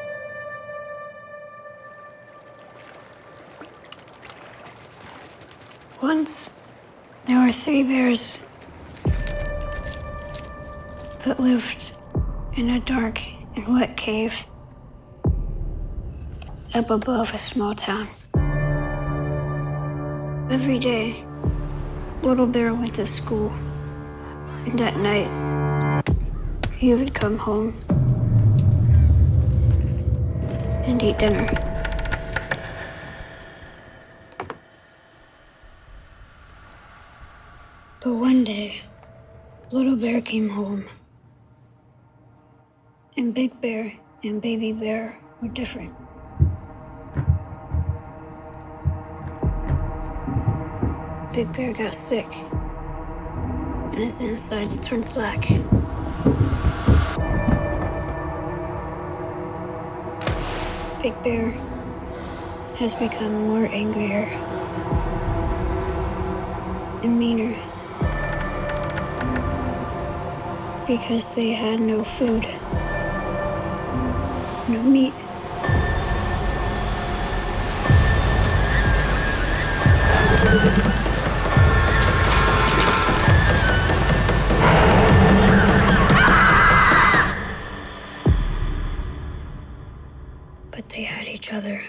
Once, there were 3 bears that lived in a dark and wet cave up above a small town. Every day, Little Bear went to school, and at night, he would come home and eat dinner. But one day, Little Bear came home, and Big Bear and Baby Bear were different. Big Bear got sick, and his insides turned black. Big Bear has become more angrier and meaner because they had no food, no meat. But they had each other.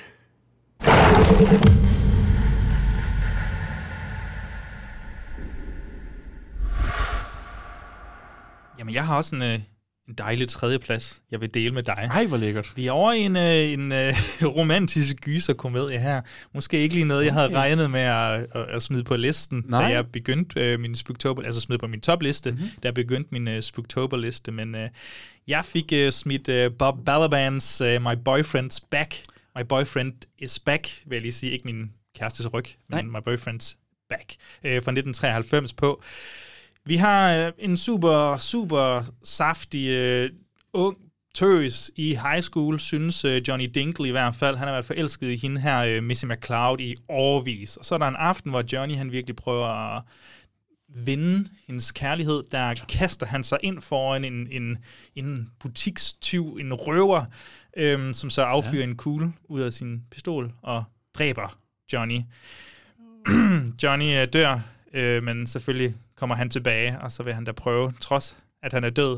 Jamen, jeg har også en dejlig tredjeplads, jeg vil dele med dig. Ej, hvor lækkert. Vi er over i en romantisk gyserkomedie her. Måske ikke lige noget, jeg havde regnet med at smide på listen, da jeg begyndte min Spooktober, altså smide på min topliste, da jeg begyndte min Spooktober-liste. Men jeg fik smidt Bob Balabans My Boyfriend's Back. My Boyfriend is Back, vil jeg lige sige. Ikke min kærestes ryg, men My Boyfriend's Back fra 1993 på. Vi har en super, super saftig ung tøs i high school, synes Johnny Dingle i hvert fald. Han har været forelsket i hende her, Missy McCloud, i årevis. Og så er der en aften, hvor Johnny han virkelig prøver at vinde hendes kærlighed. Der kaster han sig ind foran en butikstyv, en røver, som så affyrer en kugle ud af sin pistol og dræber Johnny. Johnny dør, men selvfølgelig kommer han tilbage, og så vil han da prøve, trods at han er død,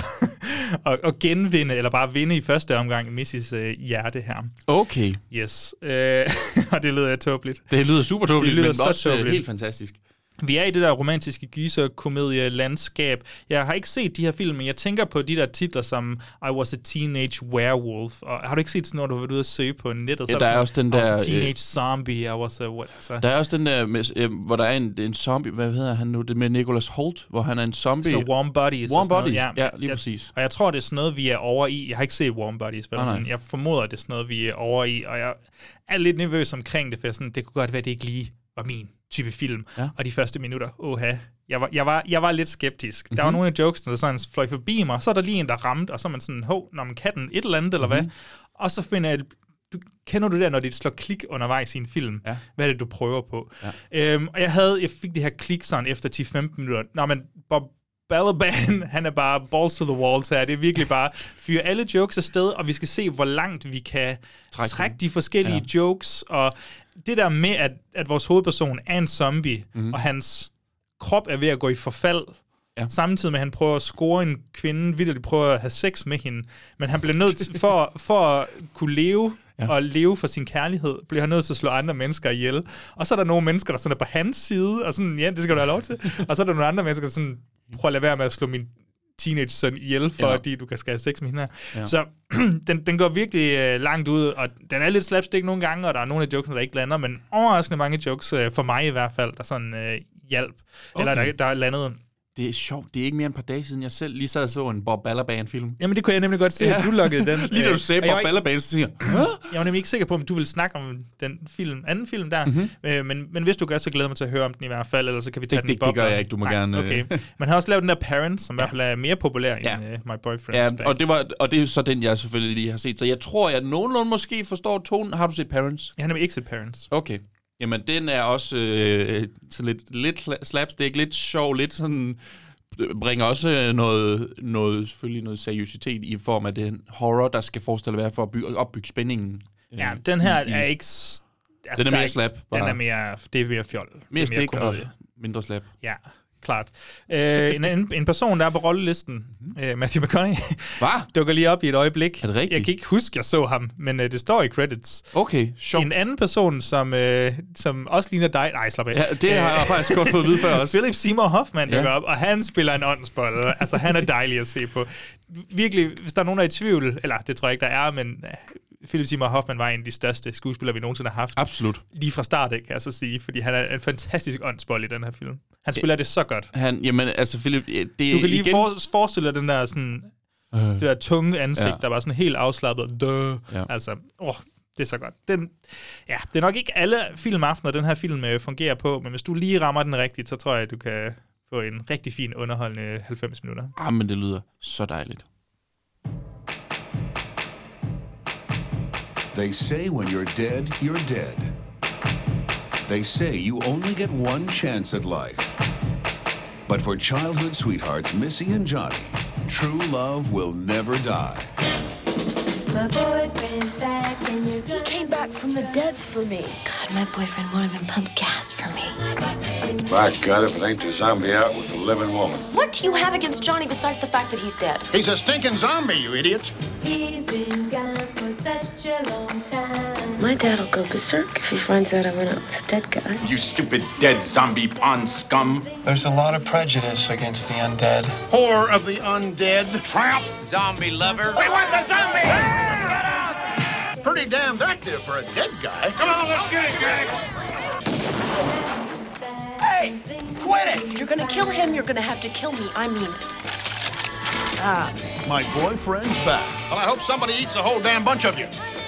og genvinde, eller bare vinde i første omgang Missys hjerte her. Okay. Yes. Og det lyder tåbeligt. Det lyder super tåbeligt, men også tåbeligt. Helt fantastisk. Vi er i det der romantiske gyserkomedie-landskab. Jeg har ikke set de her film, men jeg tænker på de der titler som I Was a Teenage Werewolf. Og har du ikke set sådan noget, du har været ude at søge på nettet? Ja, der er også den der... I was a Teenage Zombie. I was a... What, altså. Der er også den der, med, hvor der er en zombie... Hvad hedder han nu? Det med Nicholas Hoult, hvor han er en zombie. Så Warm Bodies. Warm Bodies, ja, lige præcis. Og jeg tror, det er sådan noget, vi er over i. Jeg har ikke set Warm Bodies, men jeg formoder, det er sådan noget, vi er over i. Og jeg er lidt nervøs omkring det, for sådan, det kunne godt være, det ikke lige var min type film. Ja. Og de første minutter, jeg var lidt skeptisk. Der var nogle af jokesene, der sådan fløj forbi mig, så er der lige en, der ramte, og så er man sådan, når man kan den et eller andet, eller hvad? Og så finder jeg, kender du det der, når det slår klik undervejs i en film? Ja. Hvad er det, du prøver på? Ja. Og jeg fik det her klik sådan efter 10-15 minutter. Nå, men Bob Balaban, han er bare balls to the walls her. Det er virkelig bare fyre alle jokes afsted, og vi skal se, hvor langt vi kan trække de forskellige jokes. Og det der med, at vores hovedperson er en zombie, og hans krop er ved at gå i forfald, samtidig med, at han prøver at score en kvinde, vitterligt prøver at have sex med hende, men han bliver nødt til, for at kunne leve og leve for sin kærlighed, bliver han nødt til at slå andre mennesker ihjel. Og så er der nogle mennesker, der sådan er på hans side, og sådan, ja, det skal du have lov til. Og så er der nogle andre mennesker, der sådan, prøv at lade være med at slå min teenage-søn ihjel, fordi du kan skære sex med hende her. Ja. Så den går virkelig langt ud, og den er lidt slapstick nogle gange, og der er nogle af jokesene, der ikke lander, men overraskende mange jokes, for mig i hvert fald, der sådan hjælp, eller der er landet. Det er sjovt. Det er ikke mere end et par dage siden, jeg selv lige sad og så en Bob Balaban-film. Jamen, det kunne jeg nemlig godt se, at du lukkede den. Lige da du sagde Bob Balaban, så tænker jeg var nemlig ikke sikker på, om du ville snakke om den anden film der. Men hvis du gør, så glæder jeg mig til at høre om den i hvert fald, eller så kan vi tage den i det gør jeg ikke, du må gerne... Okay. Man har også lavet den der Parents, som i hvert fald er mere populær end My Boyfriend's Back. Og det er så den, jeg selvfølgelig lige har set. Så jeg tror, jeg nogenlunde måske forstår tonen. Har du set Parents? Jeg har nemlig ikke set Parents. Okay. Jamen, den er også så lidt slapstick, lidt sjov, lidt sådan... bringer også noget seriøsitet i form af den horror, der skal forestille at være for at opbygge spændingen. Ja, den her er ikke... den er mere slap. Den er mere... Det er mere fjol. Mere stik og mindre slap. Ja, klart. En person, der er på rollelisten, Matthew McConaughey, dukker lige op i et øjeblik. Er det rigtigt? Jeg kan ikke huske, jeg så ham, men det står i credits. Okay, sjovt. En anden person, som også ligner dig... Nej, slap af. Ja, det har jeg faktisk godt fået at vide før også. Philip Seymour Hoffman dukker op, og han spiller en åndsbold. Altså, han er dejlig at se på. Virkelig, hvis der er nogen, der er i tvivl, eller det tror jeg ikke, der er, men... Philip Seymour Hoffman var en af de største skuespillere, vi nogensinde har haft. Absolut. Lige fra start, kan jeg så sige, fordi han er en fantastisk åndsbold i den her film. Han spiller det så godt. Jamen, altså Philip, det du kan lige forestille dig den der sådan, det der tunge ansigt, der var sådan helt afslappet. Altså, det er så godt. Det er nok ikke alle filmaftener, den her film fungerer på, men hvis du lige rammer den rigtigt, så tror jeg, du kan få en rigtig fin, underholdende 90 minutter. Men det lyder så dejligt. They say when you're dead, you're dead. They say you only get one chance at life. But for childhood sweethearts Missy and Johnny, true love will never die. My boyfriend's back and he came back from the dead for me. God, my boyfriend won't even pump gas for me. By God, if it ain't the zombie out with a living woman. What do you have against Johnny besides the fact that he's dead? He's a stinking zombie, you idiot. He's been gone for such a long time. My dad'll go berserk if he finds out I went out with a dead guy. You stupid dead zombie pond scum. There's a lot of prejudice against the undead. Whore of the undead. Tramp. Zombie lover. We want the zombie! Let's get out! Pretty damned active for a dead guy. Come on, let's get it, Greg. Hey, quit it! If you're gonna kill him, you're gonna have to kill me. I mean it. My boyfriend's back. Well, I hope somebody eats a whole damn bunch of you.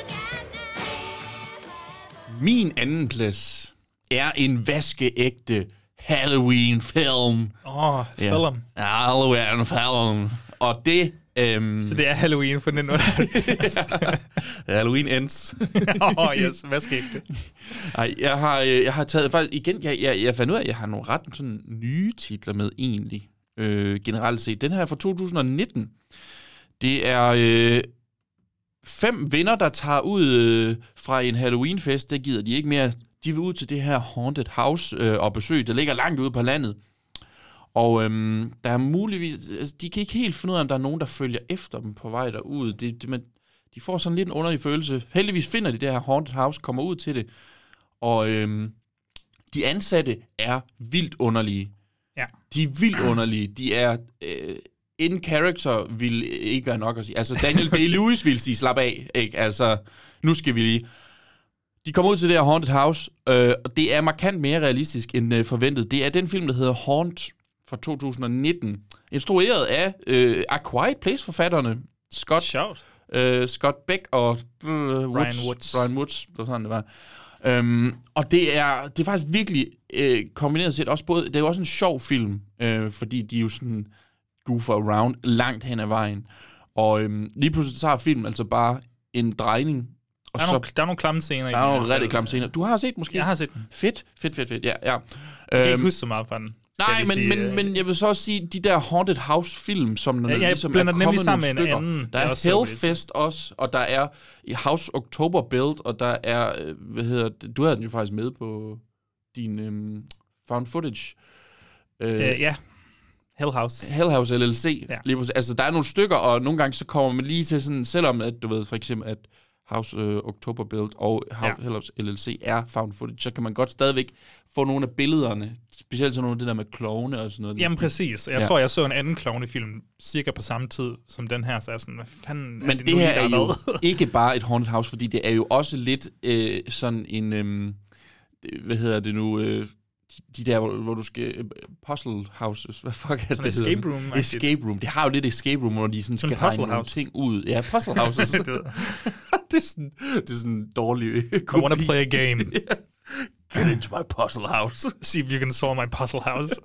Min anden plads er en vaskeægte Halloween-film. Film. Halloween-film. Og det... Så det er Halloween for 1990. Halloween ends. Yes, vaskeægte. Nej, jeg har taget... Faktisk igen, jeg fandt ud af, at jeg har nogle ret sådan nye titler med egentlig. Generelt set. Den her er fra 2019. Det er 5 venner, der tager ud fra en Halloween-fest. Det gider de ikke mere. De vil ud til det her Haunted House og besøge. Det ligger langt ude på landet. Og der er muligvis... Altså, de kan ikke helt finde ud af, om der er nogen, der følger efter dem på vej derud. De får sådan lidt en underlig følelse. Heldigvis finder de det her Haunted House, kommer ud til det. Og de ansatte er vildt underlige. Ja. De er vildt underlige. De er... in character vil ikke være nok at sige. Altså, Daniel Day-Lewis vil sige, slap af. Ikke? Altså, nu skal vi lige... De kommer ud til det her Haunted House, og det er markant mere realistisk end forventet. Det er den film, der hedder Haunt fra 2019. Instrueret af A Quiet Place-forfatterne Scott Beck og Ryan Woods. Det var sådan, det var. Og det er faktisk virkelig kombineret set også både... Det er jo også en sjov film, fordi de er jo sådan goofer around langt hen ad vejen. Og lige pludselig tager filmen altså bare en drejning. Og der er nogle klamme scener. Der er nogle rigtig klamme scener. Du har set måske? Jeg har set den. Fedt. Ja. Jeg kan ikke huske så meget fra den. Nej, men jeg vil så også sige, de der Haunted House-film, som når ligesom er kommet nogle stykker. Anden, der er Hellfest også, og der er House October Build, og der er, du havde den jo faktisk med på din found footage. Ja. Hell House LLC. Ja. Altså, der er nogle stykker, og nogle gange så kommer man lige til sådan, selvom at du ved for eksempel, at House October Build og Hell House LLC er found footage, så kan man godt stadigvæk få nogle af billederne, specielt sådan nogle af det der med klovne og sådan noget. Jamen præcis. Jeg tror, jeg så en anden klovnefilm cirka på samme tid som den her, så er sådan, hvad fanden men det her er jo ikke bare et haunted house, fordi det er jo også lidt sådan en, hvad hedder det nu, de der, hvor du skal... puzzle houses. Hvad fuck er det? Escape room. Escape room. Det har jo lidt escape room, hvor de sådan skal regne nogle ting ud. Ja, puzzle houses. det er sådan dårlig I want to play a game. Get into my puzzle house. See if you can solve my puzzle house.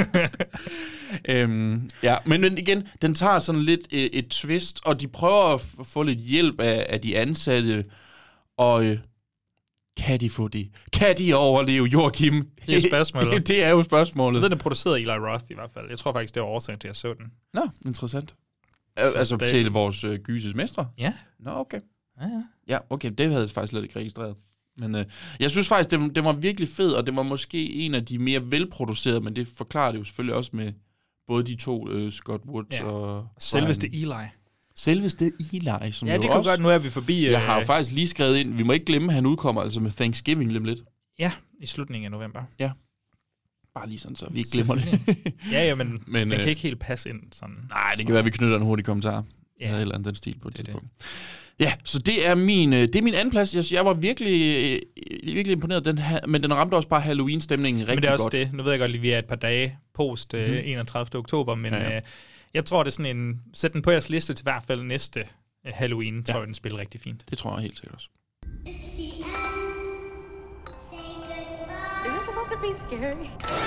Ja, men igen, den tager sådan lidt et twist, og de prøver at få lidt hjælp af de ansatte, og... Kan de få det? Kan de overleve, Joachim? Det er spørgsmålet. Det er jo spørgsmålet. Jeg ved, den er produceret af Eli Roth i hvert fald. Jeg tror faktisk, det var årsagen til, at jeg så den. Nå, interessant. Altså det... til vores Gyses mestre? Ja. Nå, okay. Ja. Ja, okay, det havde jeg faktisk slet ikke registreret. Men jeg synes faktisk, det var virkelig fed, og det var måske en af de mere velproducerede, men det forklarer det jo selvfølgelig også med både de to Scott Woods og... Selveste Eli. Selveste Eli, som ja, det kan godt. Nu er vi forbi... Jeg har jo faktisk lige skrevet ind, vi må ikke glemme, at han udkommer altså med Thanksgiving lidt. Ja, i slutningen af november. Ja. Bare lige sådan, så vi ikke glemmer det. Ja, men den kan ikke helt passe ind sådan. Nej, det kan være, vi knytter en hurtig kommentar. Ja. Eller andet den stil på et tidspunkt. Ja, så det er min anden plads. Jeg var virkelig imponeret den her, men den ramte også bare Halloween-stemningen rigtig godt. Men det er også godt. Det. Nu ved jeg godt, at vi er et par dage post 31. oktober, men jeg tror, det er sådan en... Sæt den på jeres liste til hvert fald næste Halloween, tror jeg, den spiller rigtig fint. Det tror jeg helt sikkert også. It's the end. Say goodbye. Is it supposed to be scary?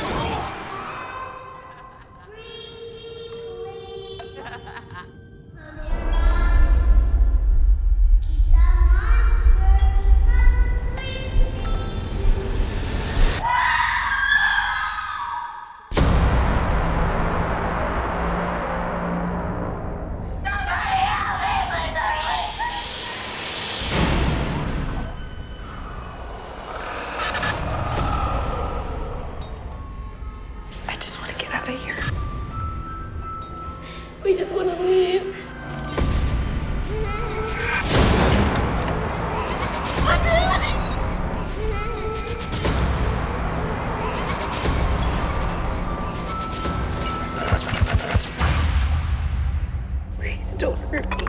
We just want to leave. Please don't hurt me.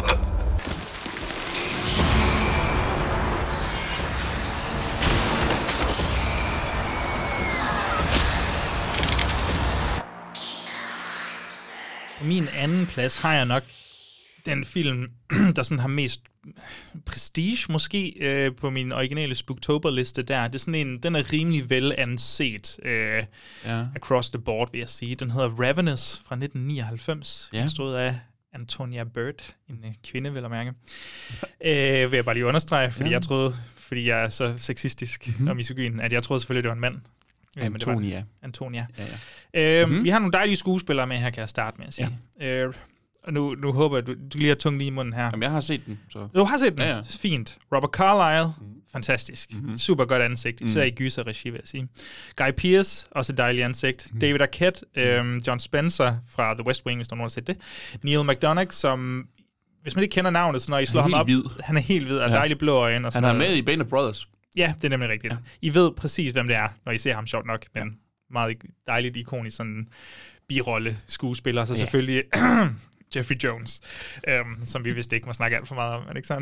Min anden plads har jeg nok den film, der sådan har mest prestige måske på min originale Spooktober-liste der. Det er sådan en, den er rimelig vel anset across the board, vil jeg sige. Den hedder Ravenous fra 1999. Den stod af Antonia Bird, en kvinde, vil jeg mærke. Vil jeg bare lige understrege, fordi jeg troede, fordi jeg er så sexistisk og misogyn, at jeg troede selvfølgelig, det var en mand. Antonia. Ja. Vi har nogle dejlige skuespillere med her, kan jeg starte med at sige. Ja. Og nu håber jeg, du lige har tungen lige i munden her. Jamen, jeg har set den. Så. Du har set den? Ja. Fint. Robert Carlyle, fantastisk. Super godt ansigt, især i gyser-regi, vil jeg sige. Guy Pearce, også et dejligt ansigt. David Arquette, John Spencer fra The West Wing, hvis nogen har set det. Neil McDonough, som... Hvis man ikke kender navnet, så når I slår ham op... Han er helt hvid, og dejligt blå øjne. Og han er med i Band of Brothers. Ja, det er nemlig rigtigt. Ja. I ved præcis, hvem det er, når I ser ham, sjovt nok, men meget dejligt ikonisk sådan birolle skuespiller, så selvfølgelig Jeffrey Jones, som vi vist ikke må snakke alt for meget om, er det ikke sådan?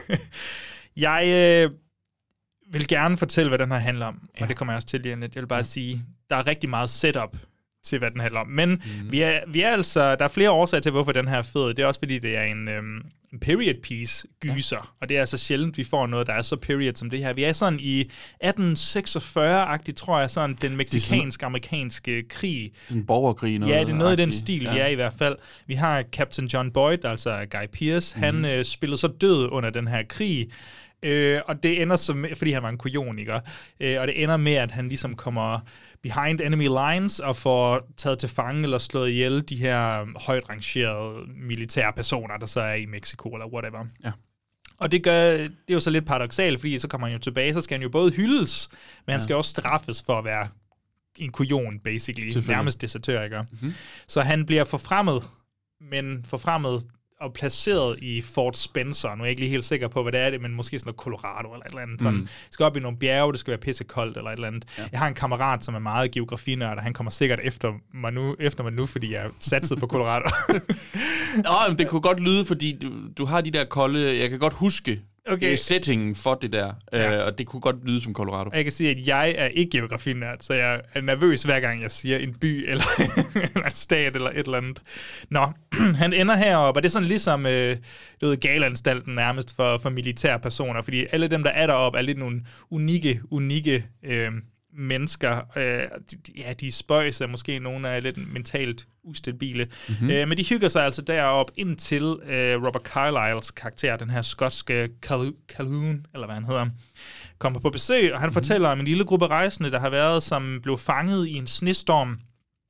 Jeg vil gerne fortælle, hvad den her handler om, og det kommer jeg også til lige lidt. Jeg vil bare sige, der er rigtig meget setup til, hvad den handler om, men vi er altså, der er flere årsager til, hvorfor den her er fed. Det er også, fordi det er en period piece gyser, og det er altså sjældent, vi får noget, der er så period som det her. Vi er sådan i 1846-agtigt, tror jeg, sådan den mexikansk-amerikanske krig. En borgerkrig. Ja, det er noget i den stil, vi er i hvert fald. Vi har Captain John Boyd, altså Guy Pearce. Han spillede så død under den her krig, og det ender som, fordi han var en kujon, og det ender med, at han ligesom kommer behind enemy lines og får taget til fange eller slået ihjel de her højt rangerede militære personer, der så er i Mexico eller whatever. Ja. Og det er jo så lidt paradoksalt, fordi så kommer han jo tilbage, så skal han jo både hyldes, men han skal også straffes for at være en kujon, basically. Nærmest desertør, ikke? Så han bliver forfremmet, men forfremmet og placeret i Fort Spencer. Nu er jeg ikke lige helt sikker på, hvad det er, men måske sådan noget Colorado eller et eller andet. Sådan, skal op i nogle bjerge, det skal være pissekoldt eller et eller andet. Ja. Jeg har en kammerat, som er meget geografinørd, og han kommer sikkert efter mig nu, fordi jeg satsede på Colorado. Men det kunne godt lyde, fordi du har de der kolde... Jeg kan godt huske settingen for det der, og det kunne godt lyde som Colorado. Jeg kan sige, at jeg er ikke geografinørd, så jeg er nervøs hver gang, jeg siger en by, eller en stat, eller et eller andet. Nå, han ender heroppe, og det er sådan ligesom galanstalten nærmest for militære personer, fordi alle dem, der er deroppe, er lidt nogle unikke mennesker. De spøjser, måske nogle er lidt mentalt ustabile. Men de hygger sig altså deroppe indtil Robert Carlyles karakter, den her skotske Calhoun, eller hvad han hedder, kommer på besøg, og han fortæller om en lille gruppe rejsende, der har været, som blev fanget i en snestorm,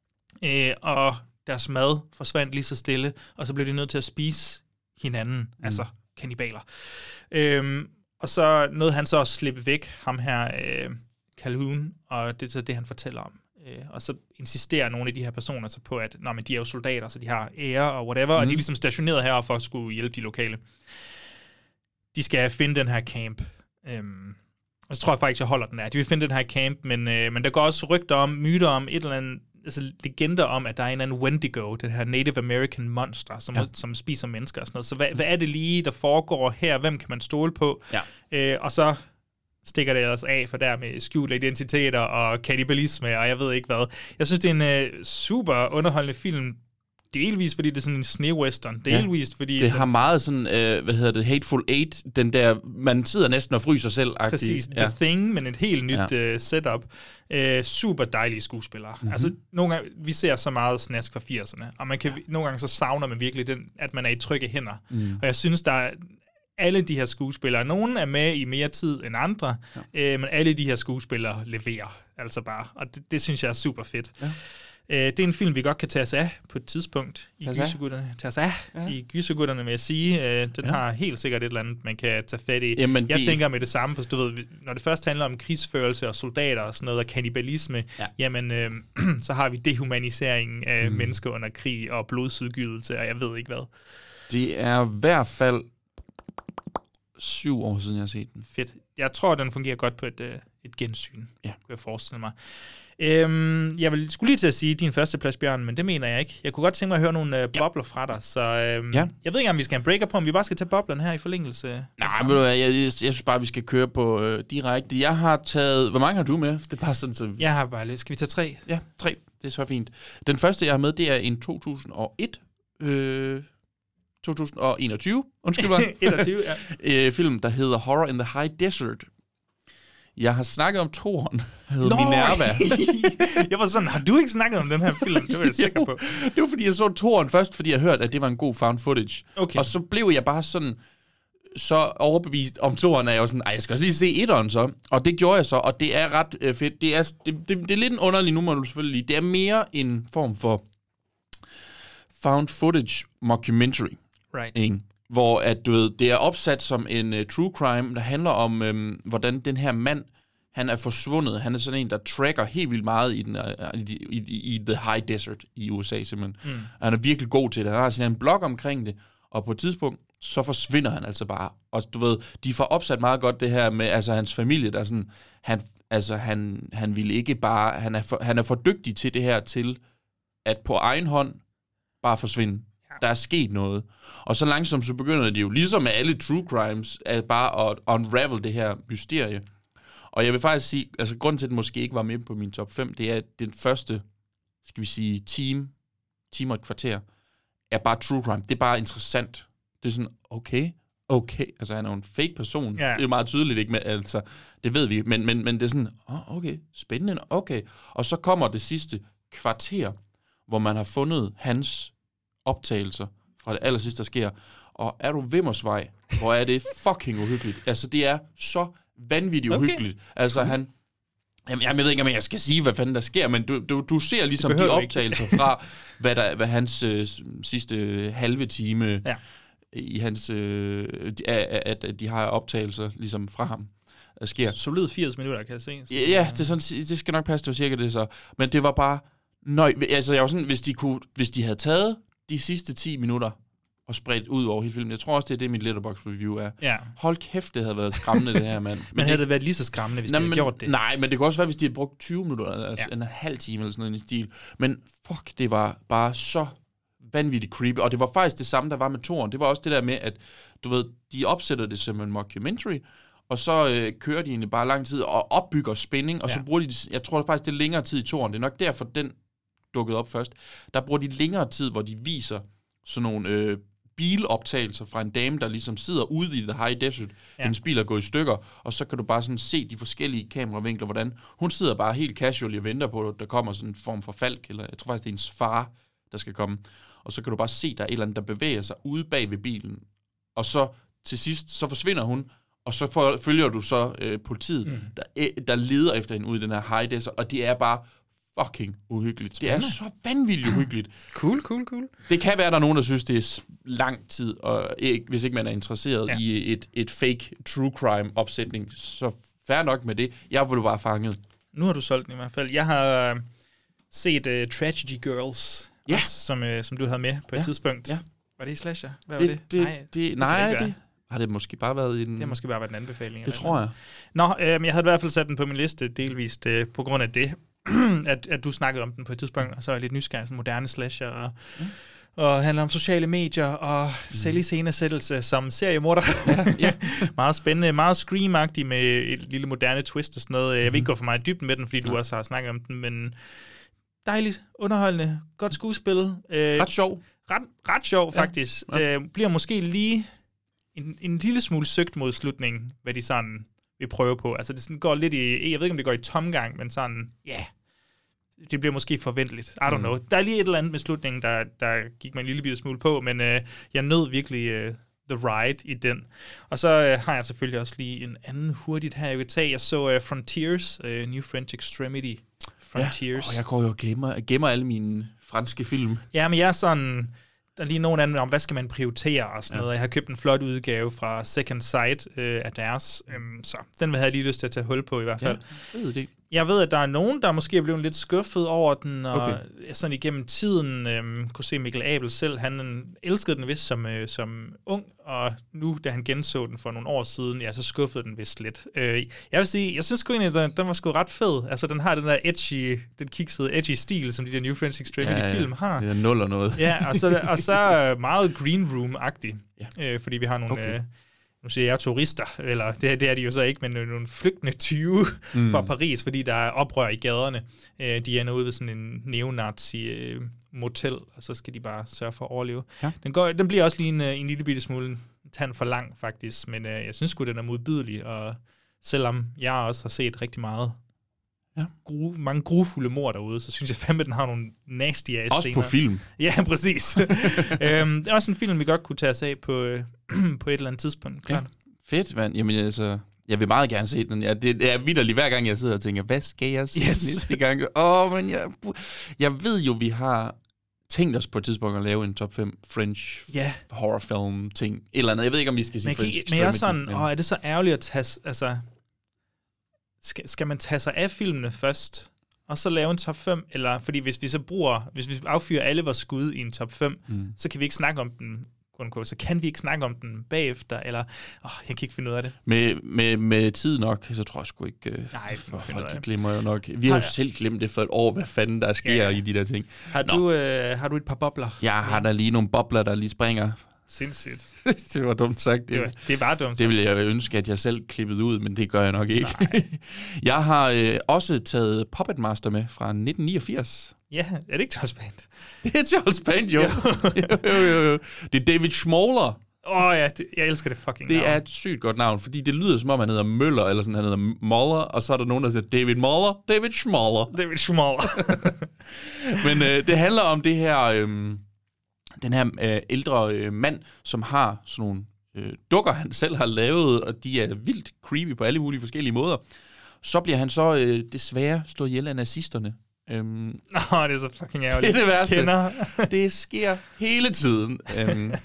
og deres mad forsvandt lige så stille, og så blev de nødt til at spise hinanden, altså kannibaler. Og så nåede han så at slippe væk, ham her Calhoun, og det er så det, han fortæller om. Og så insisterer nogle af de her personer så på, at men de er jo soldater, så de har ære og whatever, og de er ligesom stationeret her for at skulle hjælpe de lokale. De skal finde den her camp. Og så tror jeg faktisk, jeg holder den af. De vil finde den her camp, men der går også myter om et eller andet, altså legender om, at der er en anden Wendigo, den her Native American monster, som spiser mennesker og sådan noget. Så hvad er det lige, der foregår her? Hvem kan man stole på? Ja. Og så stikker det ellers af for der med skjulte identiteter og kannibalisme, og jeg ved ikke hvad. Jeg synes, det er en super underholdende film, delvis fordi det er sådan en snewestern, delvis fordi... Det har meget sådan, Hateful Eight, den der, man sidder næsten og fryser selv. Præcis, The Thing, men et helt nyt setup. Super dejlige skuespillere. Altså, nogle gange, vi ser så meget snask fra 80'erne, og man kan, nogle gange så savner man virkelig den, at man er i trygge hænder. Og jeg synes, der er alle de her skuespillere, nogen er med i mere tid end andre, men alle de her skuespillere leverer altså bare, og det synes jeg er super fedt. Ja. Det er en film, vi godt kan tage os af på et tidspunkt i Gysergutterne. I Gysergutterne, vil jeg sige. Den har helt sikkert et eller andet, man kan tage fat i. Jamen, jeg tænker med det samme på, du ved, når det først handler om krigsførelse og soldater og sådan noget, og kannibalisme, jamen, så har vi dehumaniseringen af mennesker under krig og blodsudgydelse, og jeg ved ikke hvad. Det er i hvert fald 7 år siden, jeg har set den. Fedt. Jeg tror, den fungerer godt på et gensyn, kunne jeg forestille mig. Jeg skulle lige til at sige din første plads, Bjørn, men det mener jeg ikke. Jeg kunne godt tænke mig at høre nogle bobler fra dig, så jeg ved ikke, om vi skal have en breaker på, om vi bare skal tage boblerne her i forlængelse. Nej, ved du hvad, jeg synes bare, vi skal køre på direkte. Jeg har taget... Hvor mange har du med? Det er bare sådan, så... Jeg har bare lidt. Skal vi tage 3? Ja, 3. Det er så fint. Den første, jeg har med, det er en 2021, undskyld mig. 21, film, der hedder Horror in the High Desert. Jeg har snakket om toren, hedder Minerva. Jeg var sådan, har du ikke snakket om den her film? Det var jeg sikker på. Det var, fordi jeg så toren først, fordi jeg hørte, at det var en god found footage. Okay. Og så blev jeg bare sådan, så overbevist om toren, at jeg var sådan, jeg skal også lige se etteren så. Og det gjorde jeg så, og det er ret fedt. Det er lidt en underlig nummer, selvfølgelig. Det er mere en form for found footage mockumentary. Right. Hvor at, du ved, det er opsat som en true crime, der handler om, hvordan den her mand, han er forsvundet. Han er sådan en, der tracker helt vildt meget i the high desert i USA, simpelthen. Han er virkelig god til det. Han har sådan en blog omkring det, og på et tidspunkt, så forsvinder han altså bare. Og du ved, de får opsat meget godt det her med, altså hans familie, der er sådan, han vil ikke bare, han er for dygtig til det her, til at på egen hånd bare forsvinde. Der er sket noget. Og så langsomt så begynder de jo, ligesom med alle true crimes, at bare at unravel det her mysterie. Og jeg vil faktisk sige, altså grunden til, at den måske ikke var med på min top 5, det er, at den første, skal vi sige, time og et kvarter, er bare true crime. Det er bare interessant. Det er sådan, okay. Altså han er jo en fake person. Yeah. Det er jo meget tydeligt, ikke? Men, altså, det ved vi. Men det er sådan, okay, spændende, okay. Og så kommer det sidste kvarter, hvor man har fundet hans optagelser fra det aller sidste, der sker. Og er du Vimmersvej, hvor er det fucking uhyggeligt. Altså, det er så vanvittigt uhyggeligt. Altså, jeg ved ikke, om jeg skal sige, hvad fanden der sker, men du ser ligesom de optagelser fra, hvad hans sidste halve time i hans... at de har optagelser ligesom fra ham sker. Solid 80 minutter, kan jeg se. Ja, det, er sådan, det skal nok passe, det var cirka det så. Men det var bare... altså, jeg var sådan, hvis de havde taget de sidste 10 minutter og spredt ud over hele filmen. Jeg tror også, det er det, mit Letterboxd review er. Ja. Hold kæft, det havde været skræmmende, det her, mand. Men havde det været lige så skræmmende, hvis de havde gjort det? Nej, men det kunne også være, hvis de havde brugt 20 minutter, altså en halv time eller sådan noget i stil. Men fuck, det var bare så vanvittigt creepy. Og det var faktisk det samme, der var med toren. Det var også det der med, at du ved, de opsætter det som en mockumentary, og så kører de egentlig bare lang tid og opbygger spænding, og så bruger de, jeg tror faktisk, det er længere tid i toren. Det er nok derfor, den dukkede op først. Der bruger de længere tid, hvor de viser sådan nogle biloptagelser fra en dame, der ligesom sidder ude i The High Desert. Hendes bil er gået i stykker, og så kan du bare sådan se de forskellige kameravinkler, hvordan hun sidder bare helt casually og venter på, at der kommer sådan en form for falk, eller jeg tror faktisk, det er hendes far, der skal komme. Og så kan du bare se, der er et eller andet, der bevæger sig ude bag ved bilen. Og så til sidst, så forsvinder hun, og så følger du så politiet, der leder efter hende ude i den her High Desert, og det er bare fucking uhyggeligt. Spændende. Det er så vanvittigt uhyggeligt. Cool. Det kan være, der er nogen, der synes, det er lang tid, og hvis ikke man er interesseret i et fake true crime opsætning, så fair nok med det. Jeg blev bare fanget. Nu har du solgt den i hvert fald. Jeg har set Tragedy Girls, som du havde med på et tidspunkt. Ja. Var det i Slasher? Hvad var det? Nej, har det måske bare været en... Det har måske bare været en anbefaling. Det tror jeg. Nå, jeg havde i hvert fald sat den på min liste, delvist på grund af det, at du snakkede om den på et tidspunkt, og så er jeg lidt nysgerrig, sådan moderne slasher, og handler om sociale medier, og selviscenesættelse som seriemorder. Ja. Meget spændende, meget Scream-agtig med et lille moderne twist og sådan noget. Jeg vil ikke gå for meget i dybden med den, fordi du også har snakket om den, men dejligt, underholdende, godt skuespil. Ret sjov. Ret sjov, faktisk. Ja. Bliver måske lige en lille smule søgt mod slutningen, hvad de sådan vil prøve på. Altså det sådan går lidt i, jeg ved ikke om det går i tomgang, men sådan, det bliver måske forventeligt. I don't know. Der er lige et eller andet med slutningen, der gik mig en lille bitte smule på, men jeg nød virkelig the ride i den. Og så har jeg selvfølgelig også lige en anden hurtigt her, jeg vil tage. Jeg så Frontiers, New French Extremity. Frontiers. Og jeg går jo og gemmer alle mine franske film. Ja, men jeg er sådan... Der er lige nogen anden om, hvad skal man prioritere og sådan noget. Jeg har købt en flot udgave fra Second Sight af deres. Så den vil jeg lige lyst til at tage hul på i hvert fald. Ja, jeg ved, at der er nogen, der måske er blevet lidt skuffet over den, og sådan igennem tiden kunne se Mikkel Abel selv. Han elskede den vist som ung, og nu, da han genså den for nogle år siden, så skuffede den vist lidt. Jeg vil sige, jeg synes sgu egentlig, at den var sgu ret fed. Altså, den har den der den kiksede, edgy stil, som de der New French Extremity-film har. Det er 0 og noget. Ja, og så meget Green Room-agtig, fordi vi har nogle... Nu siger jeg turister, eller det er de jo så ikke, men nogle flygtende 20 fra Paris, fordi der er oprør i gaderne. De ender ude ved sådan en neonazi-motel, og så skal de bare sørge for at overleve. Ja. Den bliver også lige en lille bitte smule tand for lang, faktisk, men jeg synes sgu, den er modbydelig, og selvom jeg også har set rigtig meget mange grufulde mord derude, så synes jeg fandme, den har nogle nasty ass også scener. Også på film. Ja, præcis. Det er også en film, vi godt kunne tage os af på et eller andet tidspunkt. Klart. Ja. Fedt, mand. Jamen altså, jeg vil meget gerne se den. Det er vitterligt hver gang, jeg sidder og tænker, hvad skal jeg se næste gang? Men jeg ved jo, vi har tænkt os på et tidspunkt at lave en top 5 French horrorfilm ting. Et eller andet. Jeg ved ikke, om vi skal sige French. Men jeg er sådan, er det så ærgerligt at tage... Altså, skal man tage sig af filmene først, og så lave en top 5? Eller, fordi hvis vi affyrer alle vores skud i en top 5, så kan vi ikke snakke om den, så kan vi ikke snakke om den bagefter, eller, jeg kan ikke finde ud af det. Med tid nok, så tror jeg sgu ikke, folk de glemmer jo nok. Vi har jo selv glemt det for et år, hvad fanden der sker i de der ting. Har du et par bobler? Jeg har da lige nogle bobler, der lige springer. Sindssygt. Det var dumt sagt. Det var dumt sagt. Det ville jeg ønske, at jeg selv klippede ud, men det gør jeg nok ikke. Jeg har også taget Puppet Master med fra 1989. Ja, er det ikke Charles Band? Det er Charles Band, jo. jo. Det er David Schmoller. Jeg elsker det fucking navn. Det er et sygt godt navn, fordi det lyder som om, han hedder Møller, eller sådan, han hedder Moller, og så er der nogen, der siger David Moller, David Schmoller. David Schmoller. Men det handler om det her... den her ældre mand, som har sådan nogle dukker, han selv har lavet, og de er vildt creepy på alle mulige forskellige måder. Så bliver han så desværre slået ihjel af nazisterne. Det er så fucking ærgerligt. Det er det værste. Det sker hele tiden.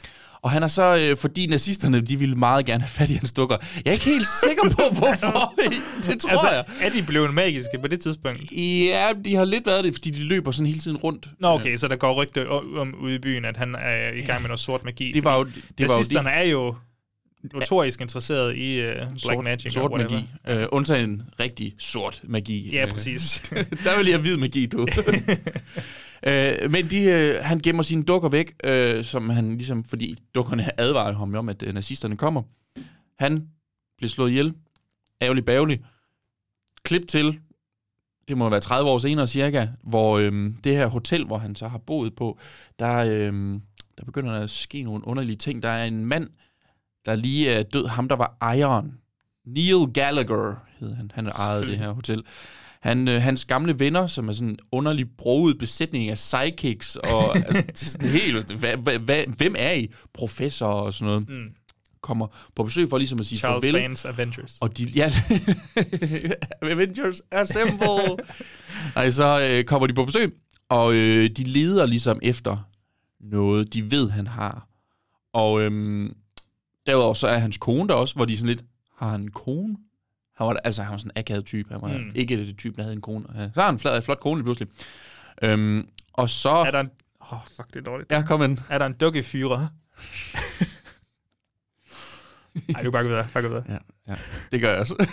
Og han er så, fordi nazisterne, de ville meget gerne have fat i hans dukker. Jeg er ikke helt sikker på, hvorfor. Det tror jeg. Er de blevet magiske på det tidspunkt? Ja, de har lidt været det, fordi de løber sådan hele tiden rundt. Nå, okay, så der går rygte om ude i byen, at han er i gang med noget sort magi. Det var jo... Nazisterne er jo notorisk interesseret i black magic. Sort magi. Undtagen rigtig sort magi. Ja, præcis. Der vil jeg hvid magi, du. Men han gemmer sine dukker væk, som han ligesom, fordi dukkerne advarer ham om, at nazisterne kommer. Han bliver slået ihjel. Ærgerlig bævlig. Klip til, det må være 30 år senere cirka, hvor det her hotel, hvor han så har boet på, der begynder der at ske nogle underlige ting. Der er en mand, der lige er død. Ham, der var ejeren. Neil Gallagher hed han. Han ejede det her hotel. Hans gamle venner, som er sådan en underlig broget besætning af sidekicks, og altså, det er sådan helt, hvem er I? Professor og sådan noget. Kommer på besøg for ligesom at sige Charles farvel. Bands Avengers. Og de, ja, Avengers Assemble! Nej, så kommer de på besøg, og de leder ligesom efter noget, de ved, han har. Og derudover så er hans kone der også, hvor de sådan lidt, har han en kone? Han var sådan en akavet type. Han var ikke det type, der havde en kone. Så har han en flot kone pludselig. Og så... Er der en... fuck, det er dårligt. Ja, kom ind. Er der en dukkefyrer? Ej, du bakker videre. Ja, det gør jeg også.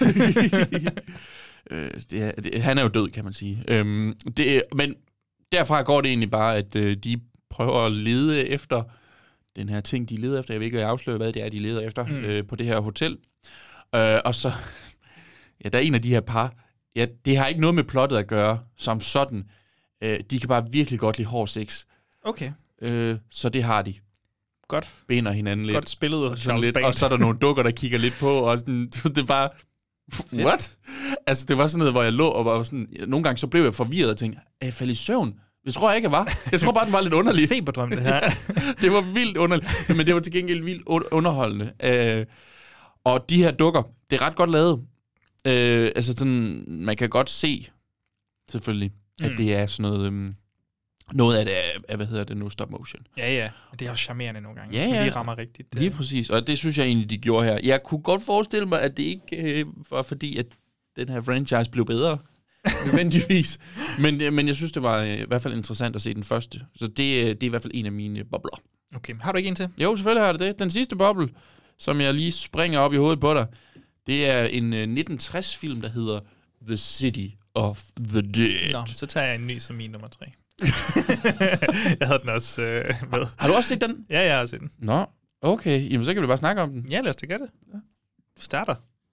Han er jo død, kan man sige. Men derfra går det egentlig bare, at de prøver at lede efter den her ting, de leder efter. Jeg vil ikke afsløre, hvad det er, de leder efter på det her hotel. Og så... Ja, der er en af de her par. Ja, det har ikke noget med plottet at gøre, som sådan. De kan bare virkelig godt lide hård sex. Okay. Så det har de. Godt. Binder hinanden lidt. Godt spillet, Charles lidt, Band. og så er der nogle dukker, der kigger lidt på, og sådan, det er bare... What? Altså, det var sådan noget, hvor jeg lå, og var sådan... Nogle gange så blev jeg forvirret og tænkte, er jeg faldet i søvn? Det tror jeg ikke, jeg var. Jeg tror bare, den var lidt underlig. Feberdrøm, det her. Det var vildt underligt, men det var til gengæld vildt underholdende. Og de her dukker, det er ret godt lavet. Altså sådan, man kan godt se, selvfølgelig, at det er sådan noget... noget af det er, hvad hedder det nu, stop motion. Ja. Det er også charmerende nogle gange, ja, hvis man lige rammer rigtigt. Lige præcis, og det synes jeg egentlig, de gjorde her. Jeg kunne godt forestille mig, at det ikke var fordi, at den her franchise blev bedre, nødvendigvis. Men jeg synes, det var i hvert fald interessant at se den første. Så det er i hvert fald en af mine bobler. Okay, har du ikke en til? Jo, selvfølgelig har det. Den sidste boble, som jeg lige springer op i hovedet på dig, det er en 1960-film, der hedder The City of the Dead. Nå, så tager jeg en ny som min nummer 3. Jeg havde den også med. Har du også set den? Ja, jeg har set den. Nå, okay. Jamen, så kan vi bare snakke om den. Ja, lad os da gøre det. Du starter.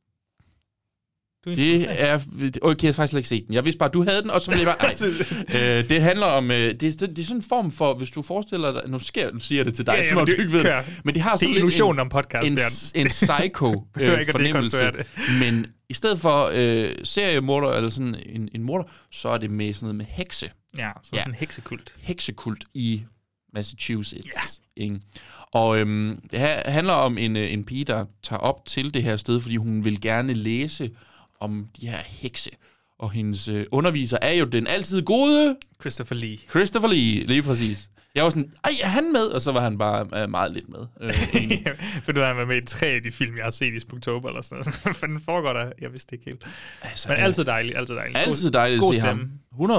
Det er... Okay, jeg har faktisk slet ikke set den. Jeg vidste bare, du havde den, og så ville jeg bare... det handler om... Det er sådan en form for... Hvis du forestiller dig... Nu siger jeg det til dig, så du ikke ved det. Men det har sådan lidt illusionen om podcast, en psycho-fornemmelse. Men i stedet for seriemorder, eller sådan en morder, så er det med sådan noget med hekse. Ja, sådan en heksekult. Heksekult i Massachusetts. Ja. Og det handler om en pige, der tager op til det her sted, fordi hun vil gerne læse om de her hekse. Og hendes underviser er jo den altid gode... Christopher Lee, lige præcis. Jeg var sådan, er han med? Og så var han bare meget lidt med. For du har han været med i 3 af de film, jeg har set i Spooktober, eller sådan noget. Hvad fanden foregår der? Jeg vidste ikke helt. Altså, men altid dejligt, altid dejligt. Altid dejligt at se ham.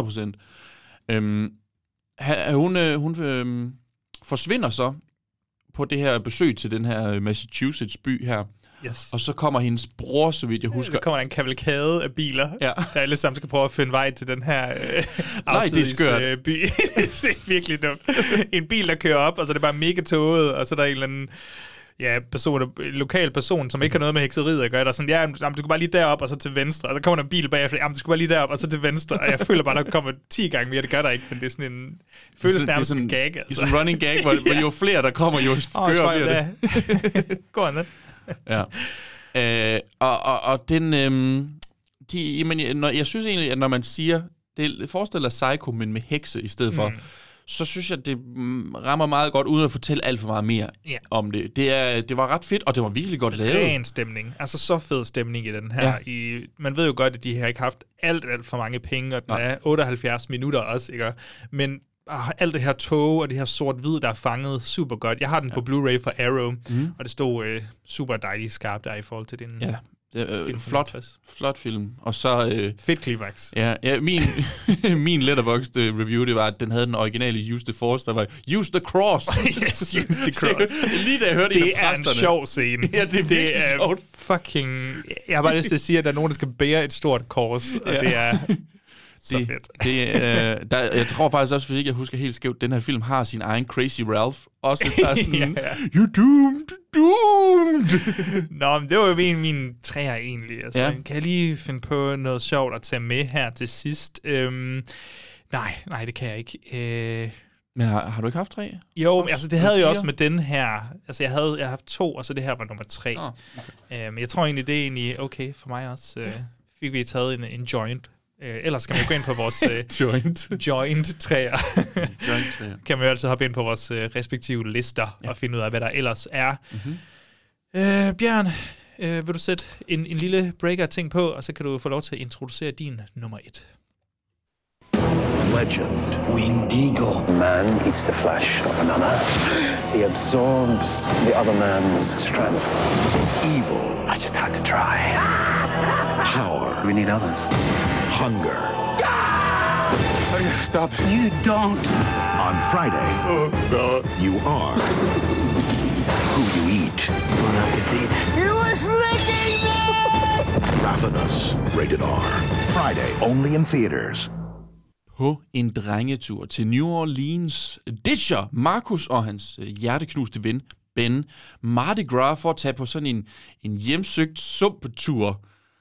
100%. Hun forsvinder så på det her besøg til den her Massachusetts by her. Yes. Og så kommer hendes bror, så vidt jeg husker. Der kommer en kavalkade af biler, der alle sammen skal prøve at finde vej til den her afsides by. Det er virkelig dumt. En bil, der kører op, og så er det bare mega tåget, og så er der en eller anden lokal person, som ikke har noget med hekseriet at gøre, der er sådan, du skal bare lige derop, og så til venstre, og så kommer der en bil bagefter, du skal bare lige derop, og så til venstre, og jeg føler bare, der kommer 10 gange mere, det gør der ikke, men det er sådan en, føles nærmest som en gag. Altså. Det er sådan en running gag, hvor jo flere der kommer, jo skøre bliver det. Gå an, ja. Og den, jeg synes egentlig, at når man siger, det forestiller Psycho, men med hekse i stedet for, så synes jeg, det rammer meget godt, uden at fortælle alt for meget mere om det. Det var ret fedt, og det var virkelig godt lavet. Ren stemning. Altså så fed stemning i den her. Ja. Man ved jo godt, at de har ikke haft alt for mange penge, og den er 78 minutter også, ikke? Men alt det her tog og det her sort-hvid, der er fanget super godt. Jeg har den på Blu-ray fra Arrow, og det stod super dejligt skarpt der i forhold til den. Ja, det er flot film. Og så... fedt klimaks. Ja, min Letterboxd review, det var, at den havde den originale Use the Force, der var Use the Cross. Yes, Use the Cross. Lige da jeg hørte en af præsterne. Det er en sjov scene. Ja, det er sjovt. Fucking... Jeg har bare lyst til at sige, at der er nogen, der skal bære et stort kors, og det er... Så fedt. Jeg tror faktisk også, hvis ikke jeg husker helt skævt, den her film har sin egen Crazy Ralph. Også der er sådan, you're doomed. Nå, men det var jo min træer egentlig. Altså, kan jeg lige finde på noget sjovt at tage med her til sidst? Nej, det kan jeg ikke. Men har du ikke haft 3? Jo, altså det havde jeg også med den her. Altså jeg har haft 2, og så det her var nummer 3. Okay. Men jeg tror egentlig, det er egentlig okay for mig også. Fik vi taget en joint. Ellers kan man gå ind på vores joint træer. Kan man jo altid hoppe ind på vores respektive lister og finde ud af, hvad der ellers er. Bjørn, vil du sætte en lille breaker-ting på, og så kan du få lov til at introducere din nummer 1. Legend. Wendigo. Man eats the flesh of another. He absorbs the other man's strength. Evil. I just had to try. Power. We need others. Hunger. How do you stop it? You don't. On Friday, you are who you eat. Bon appetit. It was licking me! Ravenous. Rated R. Friday, only in theaters. På en drengetur til New Orleans ditcher Marcus og hans hjerteknuste ven Ben Mardi Gras for at tage på sådan en hjemsøgt sumptur.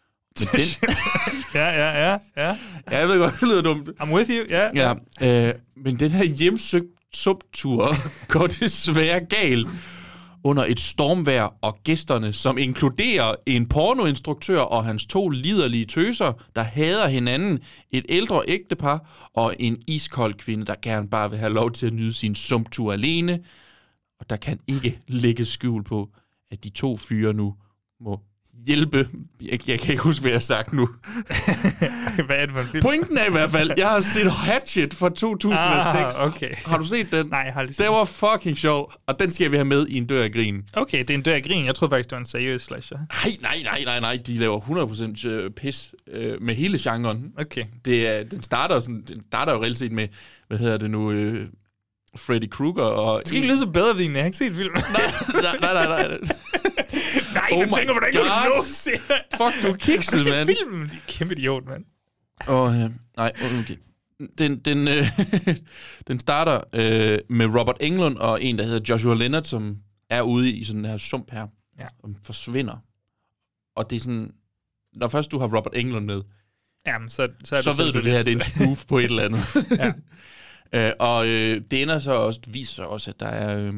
Ja. Jeg ved godt, det lyder dumt. I'm with you, ja. Men den her hjemsøgt sumptur går desværre galt under et stormvejr, og gæsterne, som inkluderer en pornoinstruktør og hans 2 liderlige tøser, der hader hinanden, et ældre ægtepar og en iskold kvinde, der gerne bare vil have lov til at nyde sin sumptur alene. Og der kan ikke lægge skjul på, at de 2 fyre nu må hjælpe. Jeg kan ikke huske, hvad jeg har sagt nu. Hvad er det for en film? Pointen er i hvert fald, jeg har set Hatchet fra 2006. Okay. Har du set den? Nej, jeg har aldrig set den. Det var fucking sjov, og den skal vi have med i en dør af grin. Okay, det er en dør af grin. Jeg troede faktisk, det var en seriøs slasher. Nej. De laver 100% pis med hele genren. Okay. Den starter jo reelt set med, hvad hedder det nu... Freddy Krueger og... Det skal ikke lyde så bedre, fordi jeg har ikke set filmen. Nej. Nej, jeg tænker, hvordan kan du nå se? Fuck, du er kikset, mand. Filmen, det er kæmpe idiot, mand. Nej, okay. Den starter med Robert Englund og en, der hedder Joshua Leonard, som er ude i sådan her sump her, som forsvinder. Og det er sådan... Når først du har Robert Englund med, så ved du, det her det er en spoof på et eller andet. Ja. Og det ender så også, viser sig også, at der er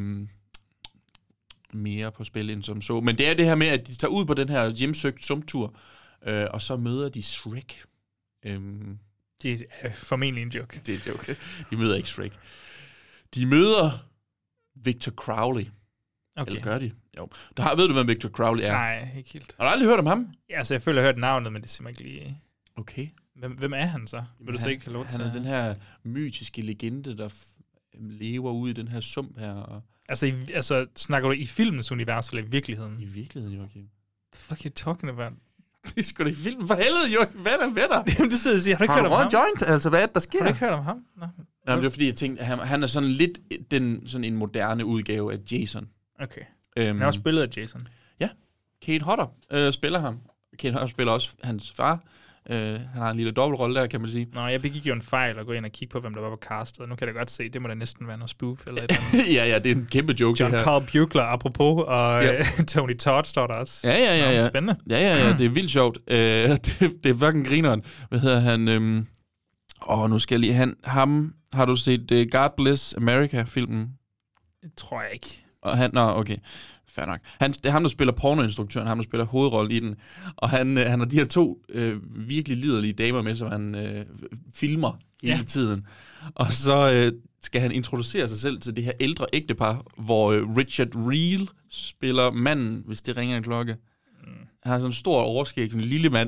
mere på spil end som så. Men det er det her med, at de tager ud på den her hjemsøgt sumptur, og så møder de Shrek. Det er formentlig en joke. Det er en joke. De møder ikke Shrek. De møder Victor Crowley. Okay. Eller gør de? Jo. Ved du, hvem Victor Crowley er? Nej, ikke helt. Har du aldrig hørt om ham? Ja, altså jeg føler, jeg har hørt navnet, men det er simpelthen ikke lige... Okay. Hvem er han så? Vil du så ikke have lov til? Han er den her mytiske legende, der lever ude i den her sump her. Og... Altså, snakker du i filmens univers eller i virkeligheden? I virkeligheden, Joachim. What the fuck are you talking about? Det er sgu da i filmen. For helvede, Joachim. Hvad er der med dig? Jamen, det sidder og siger, har du ikke hørt om ham? Joint? Altså, hvad er det, der sker? Har du ikke hørt om ham? Nå, men det er fordi, jeg tænkte, han er sådan lidt sådan en moderne udgave af Jason. Okay. Han er også spillet af Jason. Ja. Kate Hodder spiller ham. Kate Hodder spiller også hans far. Han har en lille dobbeltrolle der, kan man sige. Nå, jeg begik jo en fejl at gå ind og kigge på, hvem der var på castet. Nu kan jeg da godt se, det må da næsten være noget spoof eller et eller andet. Ja, det er en kæmpe joke, John Carl Buechler, apropos, og Tony Todd står der også. Ja. Spændende. Ja, det er vildt sjovt. Det er fucking grineren. Hvad hedder han? Nu skal jeg lige... Ham har du set God Bless America-filmen? Det tror jeg ikke. Og okay. Fair nok. Det er ham, der spiller pornoinstruktøren, ham, der spiller hovedrollen i den. Og han har de her 2 virkelig liderlige damer med, som han filmer hele tiden. Og så skal han introducere sig selv til det her ældre ægtepar, hvor Richard Reel spiller manden, hvis det ringer en klokke. Han har sådan en stor overskæg, sådan en lille mand.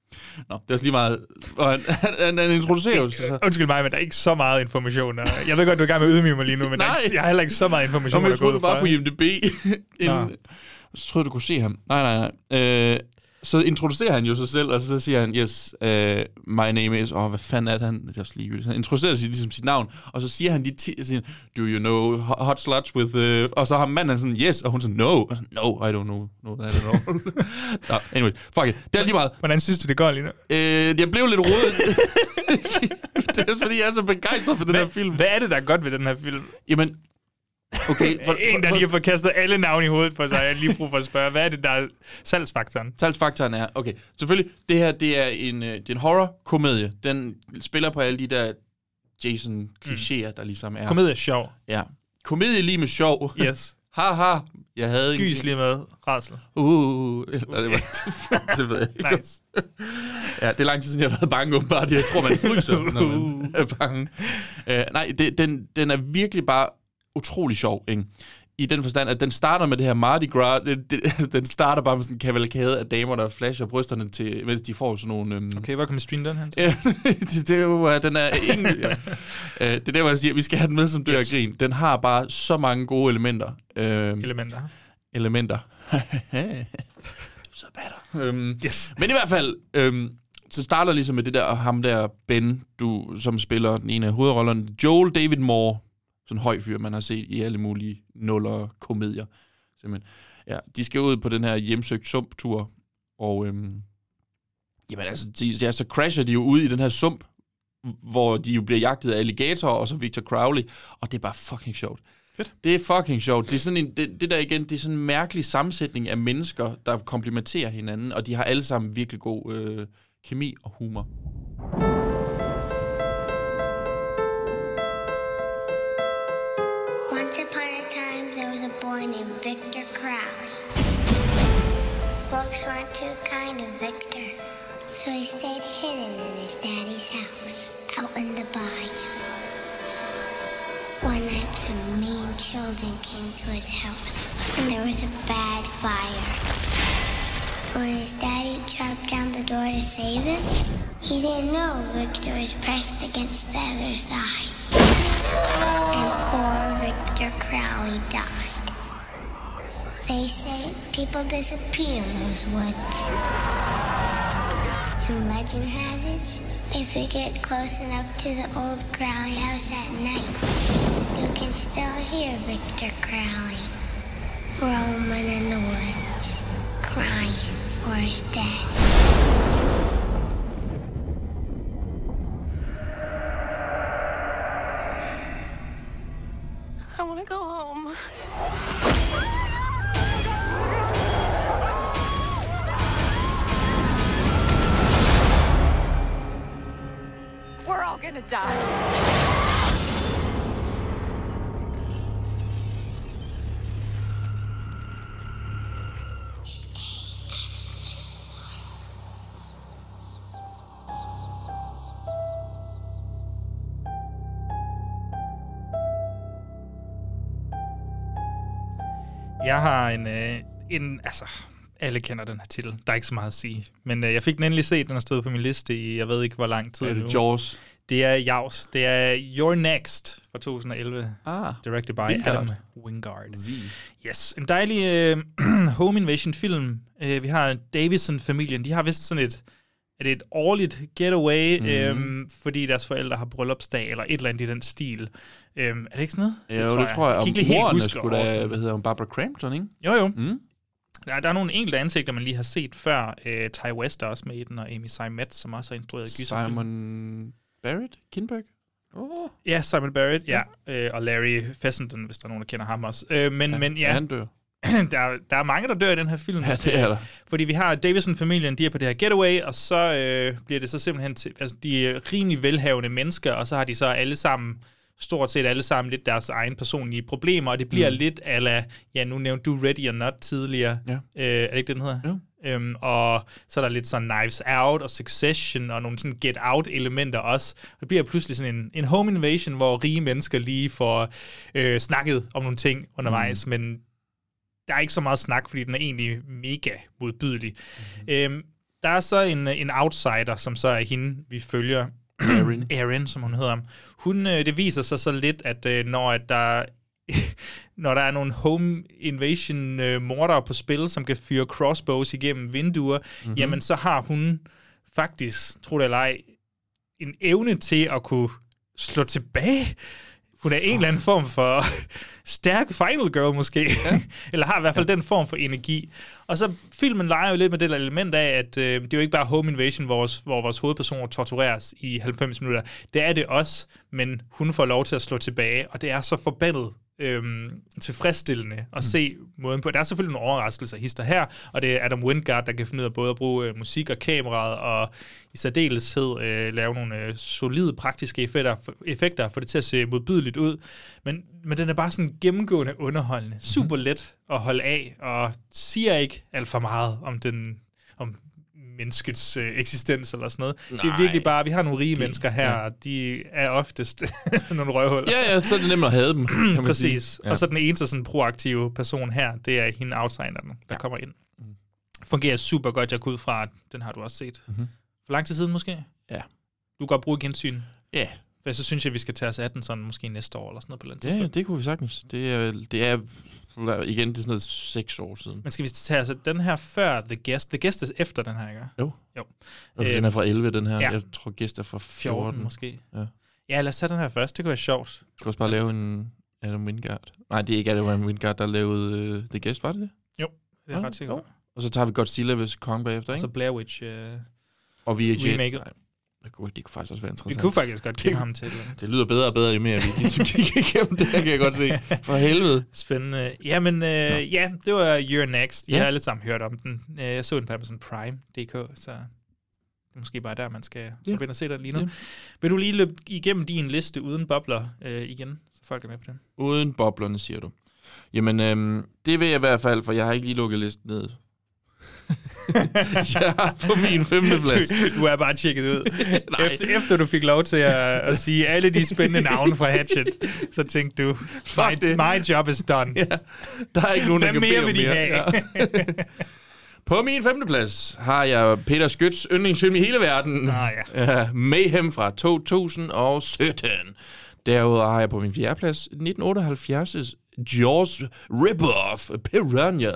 Nå, det er også lige meget... Og han introducerer jo sig. Undskyld mig, men der er ikke så meget information. Jeg ved godt, du er i gang med at ydmyge mig lige nu, men jeg har heller ikke så meget information. Nå, men jeg troede, du var på IMDb. Så troede du kunne se ham. Nej. Så introducerer han jo sig selv, og så siger han, yes, my name is... hvad fanden er det, han... Jeg lige, han introducerer sig ligesom sit navn, og så siger han do you know hot sluts with... Og så har manden sådan, yes, og hun sådan, no. Og så, no, I don't know that at all. No, anyway, fuck it. Det er lige meget. Hvordan synes du, det går lige nu? Jeg blev lidt rodet. Det er fordi, jeg er så begejstret for den her film. Hvad er det, der er godt ved den her film? Jamen... Okay, en, der lige har fået kastet alle navne i hovedet på sig. Jeg lige brug for at spørge, hvad er det, der er salgsfaktoren? Salgsfaktoren er, okay, selvfølgelig, det her, det er en horror-komedie. Den spiller på alle de der Jason-klichéer, der ligesom er. Komedie er sjov. Ja. Komedie lige med sjov. Yes. Haha, jeg havde en... Gys lige med rædsel. Det ved jeg ikke. Nice. Ja, det er lang tid siden, jeg har været bange, åbenbart. Jeg tror, man fryser, når man er bange. Nej, den er virkelig bare utrolig sjov, ikke? I den forstand, at den starter med det her Mardi Gras. Den starter bare med sådan en kavalkade af damer, der flasher brysterne til, mens de får sådan nogle... Okay, hvor kan vi streame den her? Ja, det er jo, den er ingen... Ja. Det er der, hvor jeg siger, vi skal have den med som dør og grin. Den har bare så mange gode elementer. Elementer. Så batter. Yes. Men i hvert fald... så starter ligesom med det der, og ham der Ben, som spiller den ene af hovedrollerne, Joel David Moore. Sådan en høj fyr, man har set i alle mulige nuller-komedier. Simpelthen. Ja, de skal ud på den her hjemsøgt sumptur, og jamen altså, så crasher de jo ud i den her sump, hvor de jo bliver jagtet af alligatorer, og så Victor Crowley, og det er bare fucking sjovt. Fedt. Det er fucking sjovt. Det er sådan det der igen, det er sådan en mærkelig sammensætning af mennesker, der komplementerer hinanden, og de har alle sammen virkelig god kemi og humor. Once upon a time, there was a boy named Victor Crowley. Folks weren't too kind to Victor, so he stayed hidden in his daddy's house, out in the bayou. One night, some mean children came to his house, and there was a bad fire. When his daddy chopped down the door to save him, he didn't know Victor was pressed against the other side. And poor Victor Crowley died. They say people disappear in those woods. And legend has it, if you get close enough to the old Crowley house at night, you can still hear Victor Crowley roaming in the woods, crying for his dad. I want to go home. We're all gonna die. Jeg har altså, alle kender den her titel. Der er ikke så meget at sige. Men jeg fik den endelig set, den har stået på min liste i, jeg ved ikke, hvor lang tid. Er det Jaws? Det er Jaws. Det er You're Next fra 2011. Directed by Adam Wingard. Yes, en dejlig home invasion film. Vi har Davison-familien. De har vist sådan et årligt getaway, fordi deres forældre har bryllupsdag, eller et eller andet i den stil. Er det ikke sådan noget? Jo, det tror jeg. Og moren er sgu da, hvad hedder hun, Barbara Crampton, ikke? Jo. Der er nogle enkelte ansigter, man lige har set før. Ty West er også med i den, og Amy Seymour, som også har instrueret gyserfilm. Simon Barrett? Kinberg? Ja, Simon Barrett, ja. Og Larry Fessenden, hvis der er nogen, der kender ham også. Men ja. Han dør. Der er mange, der dør i den her film. Ja, det er der. Fordi vi har Davison-familien, de er på det her getaway, og så bliver det så simpelthen til... Altså, de er rimelig velhavende mennesker, og så har de så alle sammen... stort set alle sammen lidt deres egen personlige problemer, og det bliver lidt ala, ja, nu nævnte du Ready or Not tidligere. Ja. Er det ikke det, den hedder? Jo. Og så er der lidt sådan Knives Out og Succession og nogle sådan Get Out-elementer også. Det bliver pludselig sådan en home invasion, hvor rige mennesker lige får snakket om nogle ting undervejs, men der er ikke så meget snak, fordi den er egentlig mega modbydelig. Der er så en outsider, som så er hende, vi følger. Erin, som hun hedder. Det viser sig så lidt, at når der er nogle home invasion mordere på spil, som kan fyre crossbows igennem vinduer, jamen så har hun faktisk, tro det eller ej, en evne til at kunne slå tilbage. Hun er en eller anden form for stærk final girl måske, eller har i hvert fald den form for energi. Og så filmen leger jo lidt med det element af, at det er jo ikke bare home invasion, hvor vores hovedpersoner tortureres i 90 minutter. Det er det også, men hun får lov til at slå tilbage, og det er så forbandet tilfredsstillende at se måden på. Der er selvfølgelig nogle overraskelser hister her, og det er Adam Wingard, der kan finde ud af både at bruge musik og kameraet, og i særdeleshed lave nogle solide praktiske effekter, for det til at se modbydeligt ud. Men den er bare sådan gennemgående underholdende. Super let at holde af, og siger ikke alt for meget om menneskets eksistens eller sådan noget. Nej, det er virkelig bare, vi har nogle rige mennesker her, de er oftest nogle røvhuller. Ja, så er det nemt at have dem. Præcis. Ja. Og så den eneste sådan proaktive person her, det er hende outsideren, der kommer ind. Fungerer super godt, jeg går ud fra, at den har du også set. For lang tid siden måske? Ja. Du kan godt bruge gensyn. Ja. For så synes jeg, vi skal tage os af den sådan måske næste år eller sådan noget på den tidspunkt. Ja, det kunne vi sagtens. Det er igen, det er sådan noget 6 år siden. Men skal vi tage os den her før The Guest? The Guest er efter den her, ikke? Jo. Den er fra 11, den her. Ja. Jeg tror, Guest er fra 14 måske. Ja, lad os tage den her først. Det kunne være sjovt. Du kan også bare lave en Adam Wingard. Nej, det er ikke Adam Wingard, der lavede The Guest, var det det? Jo, det er ret sikkert. Og så tager vi Godzilla vs. Kong bagefter, ikke? Og så Blair Witch og vi remake. Det kunne faktisk også være interessant. Vi kunne faktisk godt kende ham til. Det lyder bedre og bedre, jo mere vi kigger igennem det, kan jeg godt se. For helvede. Spændende. Jamen, ja, det var You're Next. Jeg har alle sammen hørt om den. Jeg så den på Amazon Prime.dk, så det er måske bare der, man skal ind og se den lige nu. Vil du lige løbe igennem din liste uden bobler igen, så folk er med på det? Uden boblerne, siger du. Jamen, det vil jeg i hvert fald, for jeg har ikke lige lukket listen ned. Jeg er på min 5. plads. Du er bare tjekket ud. Efter du fik lov til at sige alle de spændende navne fra Hatchet, så tænkte du, my job is done. Ja, der er ikke nogen, der kan bede om mere. Ja. På min 5. plads har jeg Peter Skøts yndlingsfilm i hele verden. Mayhem fra 2017. Derudover har jeg på min 4. plads 1978's Jaws rip-off, Piranha.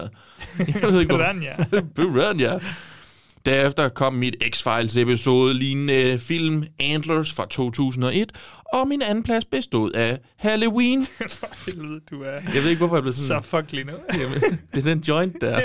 Piranha. Derefter kom mit X-Files episode lignende film Antlers fra 2001, og min 2. plads bestod af Halloween. Helvede, du er. Jeg ved ikke, hvorfor jeg blev sådan. Så fuck lige nu. Jamen, det er den joint der.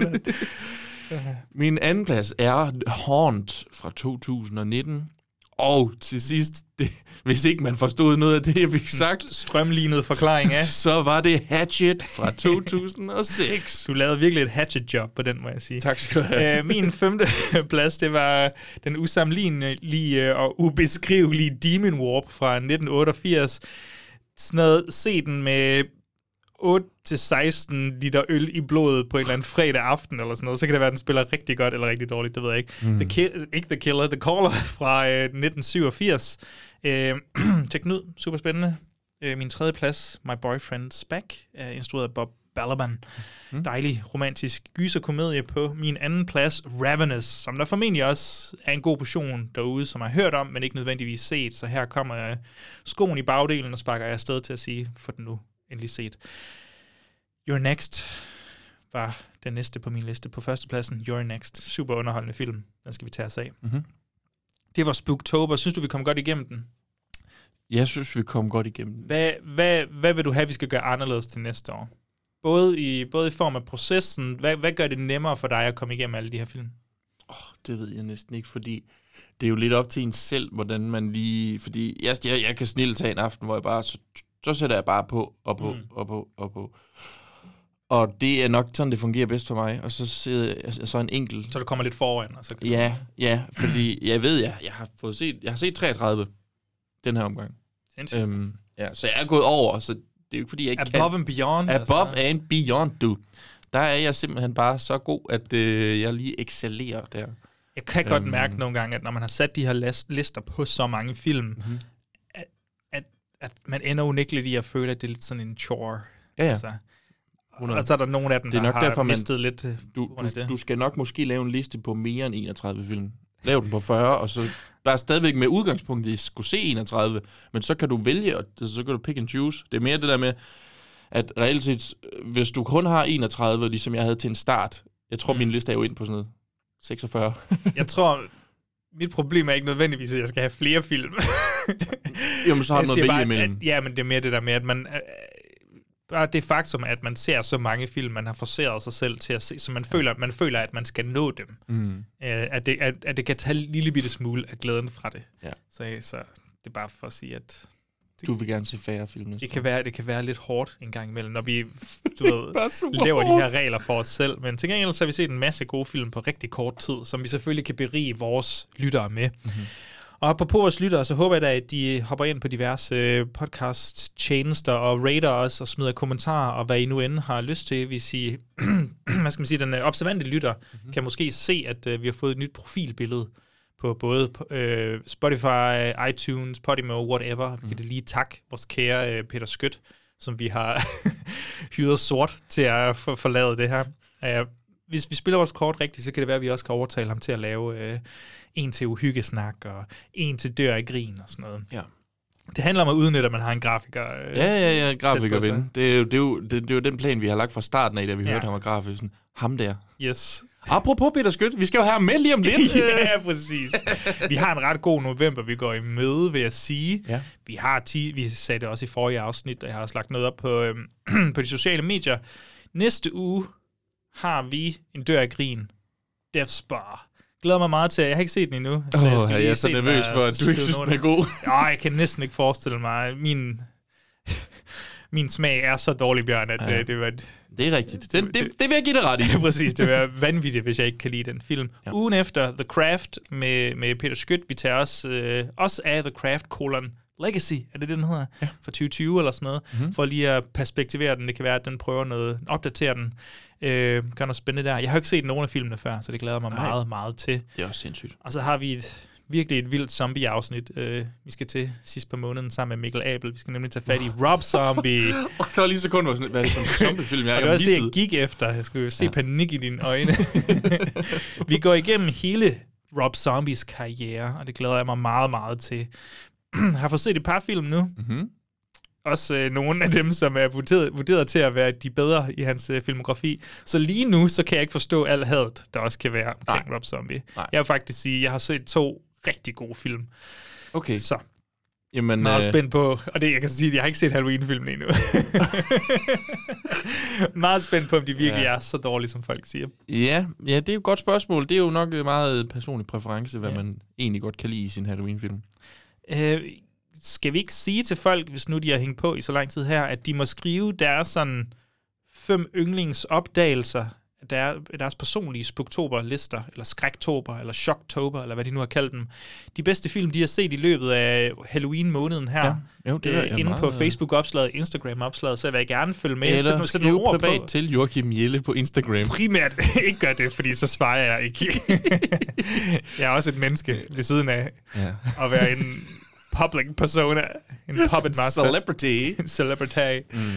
Min 2. plads er Haunt fra 2019. Og til sidst, hvis ikke man forstod noget af det, jeg fik sagt, strømlignet forklaring af, så var det Hatchet fra 2006. Du lavede virkelig et Hatchet-job på den, må jeg sige. Tak skal du have. Min 5. plads, det var den usammenlignelige og ubeskrivelige Demon Warp fra 1988. Sådan noget, se den med 8-16 liter øl i blodet på en eller anden fredag aften, eller sådan noget, så kan det være, at den spiller rigtig godt eller rigtig dårligt, det ved jeg ikke. Ikke The Killer, The Caller fra 1987. Tjek den ud, super spændende. Min 3. plads, My Boyfriend's Back, instrueret af Bob Balaban. Dejlig romantisk gyserkomedie på min 2. plads, Ravenous, som der formentlig også er en god portion derude, som jeg har hørt om, men ikke nødvendigvis set, så her kommer skoen i bagdelen og sparker jeg afsted til at sige, for den nu endelig set. You're Next var den næste på min liste. På 1. pladsen, You're Next. Super underholdende film. Den skal vi tage os af. Det var Spooktober. Synes du, vi kom godt igennem den? Jeg synes, vi kom godt igennem den. Hvad vil du have, vi skal gøre anderledes til næste år? Både i form af processen. Hvad gør det nemmere for dig at komme igennem alle de her film? Det ved jeg næsten ikke, fordi det er jo lidt op til en selv, hvordan man lige... Fordi jeg kan snildt tage en aften, hvor jeg bare... Så sætter jeg bare på, og på, og på, og på. Og det er nok sådan, det fungerer bedst for mig. Og så sidder jeg så en enkelt... Så du kommer lidt foran, og så kan Ja, fordi jeg ved, jeg har set 33 den her omgang. Så jeg er gået over, så det er jo ikke, fordi jeg ikke Above and beyond. Above and beyond, du. Der er jeg simpelthen bare så god, at jeg lige excellerer der. Jeg kan godt mærke nogle gange, at når man har sat de her lister på så mange film, at man ender unægteligt i at føle, at det er lidt sådan en chore. Ja. Altså, Og så er der nogle af dem, det er der nok har derfor, mistet lidt. Du skal nok måske lave en liste på mere end 31 film. Lav den på 40, og så bare stadigvæk med udgangspunkt i skulle se 31, men så kan du vælge, og så kan du pick and choose. Det er mere det der med, at reelt set, hvis du kun har 31, ligesom jeg havde til en start, jeg tror, min liste er jo ind på sådan noget 46. Jeg tror, mit problem er ikke nødvendigvis, at jeg skal have flere film. Jamen, så har du noget at vælge imellem. Ja, men det er mere det der med, at man... Bare det faktum, at man ser så mange film, man har forceret sig selv til at se, så man føler, at man skal nå dem. At det kan tage en lille bitte smule af glæden fra det. Ja. Så det er bare for at sige, at... Du vil gerne se færre film. Det kan være lidt hårdt en gang imellem, når vi laver de her regler for os selv. Men til gengæld så har vi set en masse gode film på rigtig kort tid, som vi selvfølgelig kan berige vores lyttere med. Mm-hmm. Og på vores lyttere, så håber jeg da, at de hopper ind på diverse podcast-tjenester og rater os og smider kommentarer, og hvad I nu end har lyst til. Vi siger, hvad skal man sige, den observante lytter kan måske se, at vi har fået et nyt profilbillede på både Spotify, iTunes, Podimo, whatever. Vi kan det lige takke vores kære Peter Skødt, som vi har hyret sort til at forlade det her. Hvis vi spiller vores kort rigtigt, så kan det være, at vi også kan overtale ham til at lave en til uhyggesnak og en til dør af grin og sådan noget. Ja. Det handler om at udnytte, at man har en grafiker. Ja, grafikerven. Det er jo den plan, vi har lagt fra starten af, da vi hørte ham og grafikken. Ham der. Yes. Apropos Peter Skødt, vi skal jo have ham med lige om lidt. Ja, præcis. Vi har en ret god november, vi går i møde, vil jeg sige. Ja. Vi sagde det også i forrige afsnit, og jeg har også lagt noget op på de sociale medier. Næste uge har vi en dør af grin. Death Spa. Glæder mig meget til. Jeg har ikke set den endnu. Så jeg er så nervøs for, at du ikke synes, den er god. Jeg kan næsten ikke forestille mig. Min smag er så dårlig, Bjørn, at det var... Det er rigtigt. Det vil jeg give dig ret i. Præcis, det vil være vanvittigt, hvis jeg ikke kan lide den film. Ja. Ugen efter The Craft med Peter Skødt, vi tager også af The Craft : Legacy, er det den hedder? Ja. For 2020 eller sådan noget. Mm-hmm. For lige at perspektivere den. Det kan være, at den prøver noget, opdatere den. Gør noget spændende der. Jeg har ikke set nogen af filmene før, så det glæder mig meget, meget til. Det er også sindssygt. Og så har vi virkelig et vildt zombie-afsnit, vi skal til sidst på måneden sammen med Mikkel Abel. Vi skal nemlig tage fat i Rob Zombie. Der var lige sekund, hvad er det for en zombie-film? Og det var også det, jeg gik efter. Jeg skulle se panik i dine øjne. Vi går igennem hele Rob Zombies karriere, og det glæder jeg mig meget, meget til. Jeg har fået set et par film nu. Mm-hmm. Også nogle af dem, som er vurderet til at være de bedre i hans filmografi. Så lige nu, så kan jeg ikke forstå alt hadet, der også kan være omkring Rob Zombie. Nej. Jeg vil faktisk sige, at jeg har set 2 rigtig gode film. Okay. Så jamen, meget spændt på, og det jeg kan sige, at jeg har ikke set Halloween-filmen endnu. Meget spændt på, om de virkelig er så dårlige, som folk siger. Ja, det er jo et godt spørgsmål. Det er jo nok meget personlig præference, hvad man egentlig godt kan lide i sin Halloween-film. Skal vi ikke sige til folk, hvis nu de har hængt på i så lang tid her, at de må skrive deres sådan 5 yndlingsopdagelser, deres personlige spoktoberlister, eller skræktober, eller choktober, eller hvad de nu har kaldt dem. De bedste film, de har set i løbet af Halloween-måneden her. Ja. Jo, det er inde på Facebook-opslaget, Instagram-opslaget, så jeg vil gerne følge med. Eller skriv privat på. Til Joachim Jelle på Instagram. Primært ikke gør det, fordi så svarer jeg ikke. Jeg er også et menneske ved siden af at være en public persona, en puppet master. Celebrity.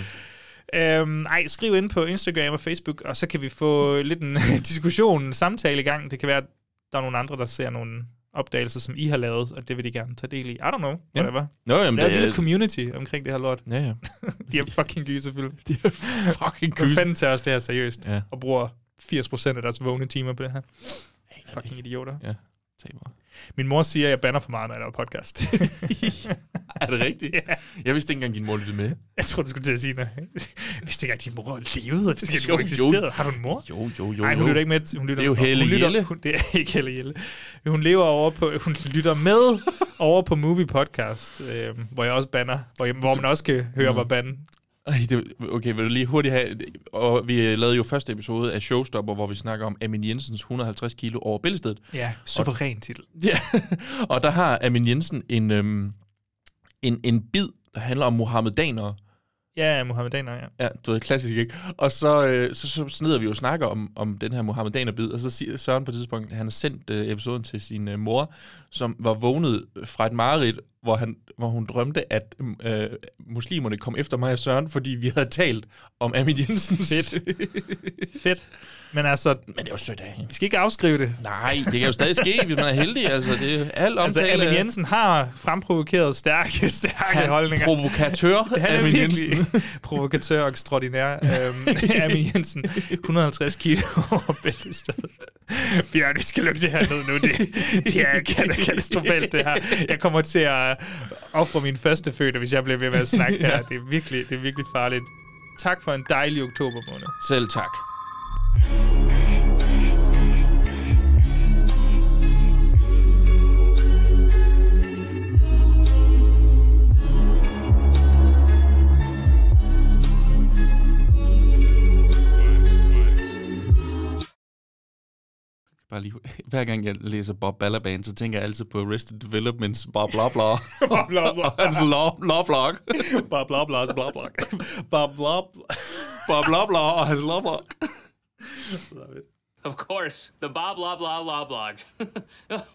Skriv ind på Instagram og Facebook, og så kan vi få lidt en diskussion, en samtale i gang. Det kan være, at der er nogle andre, der ser nogle opdagelser, som I har lavet, og det vil de gerne tage del i. I don't know, whatever. Nå, jamen, der er en lille community omkring det her lort. Ja. De er fucking gyserfilm. Hvad fanden tager os det her seriøst, og bruger 80% af deres vågne timer på det her. Fucking idioter. Ja, taber. Min mor siger, at jeg banner for meget, når jeg laver podcast. Er det rigtigt? Ja. Jeg vidste ikke engang, din mor lyttede med. Jeg tror du skulle til at sige noget. Jeg vidste ikke engang, din mor levede. Jeg vidste ikke, at din mor eksisterede. Har du en mor? Jo. Nej, hun lytter ikke med. Hun lytter, det er jo Helle Jelle. Det er ikke Helle Jelle. Hun lytter med over på Movie Podcast, hvor jeg også banner. Hvor man også kan høre mig bande. Okay, vil du lige hurtigt have... Og vi lavede jo første episode af Showstopper, hvor vi snakker om Amin Jensens 150 kilo over Bæltestedet. Ja, suveræn titel. Ja, og der har Amin Jensen en bid, der handler om muhammedanere. Ja, muhammedanere, ja. Ja, du ved, klassisk, ikke? Og så snider vi jo snakker om den her muhammedanerbid, og så siger Søren på et tidspunkt, at han har sendt episoden til sin mor, som var vågnet fra et mareridt, hvor hun drømte, at muslimerne kom efter mig og Søren, fordi vi havde talt om Amin Jensen. Fedt. Men altså... Men det er jo sødt af hende. Vi skal ikke afskrive det. Nej, det kan jo stadig ske, hvis man er heldig. Altså, det er alt omtale. Altså, Amin Jensen har fremprovokeret stærke holdninger. Provokatør Han er Amin virkelig Jensen. provokatør ekstraordinær. Amin Jensen, 150 kilo over bæltestedet. Bjørn, vi skal lukke det her ned nu. Det er katastrofalt, det her. Jeg kommer til at ofre min første fødte, hvis jeg bliver ved med at snakke her. Det er virkelig farligt. Tak for en dejlig oktober måned. Selv tak. Bare lige, hver gang jeg læser Bob Balaban, så tænker jeg altid på Arrested Developments Bob bla bla. Bob bla bla. Og hans love-blog. Bob bla bla, bla bla. Bob bla bla. Bob bla bla og hans love-blog. Of course, the Bob blah blah blah blog.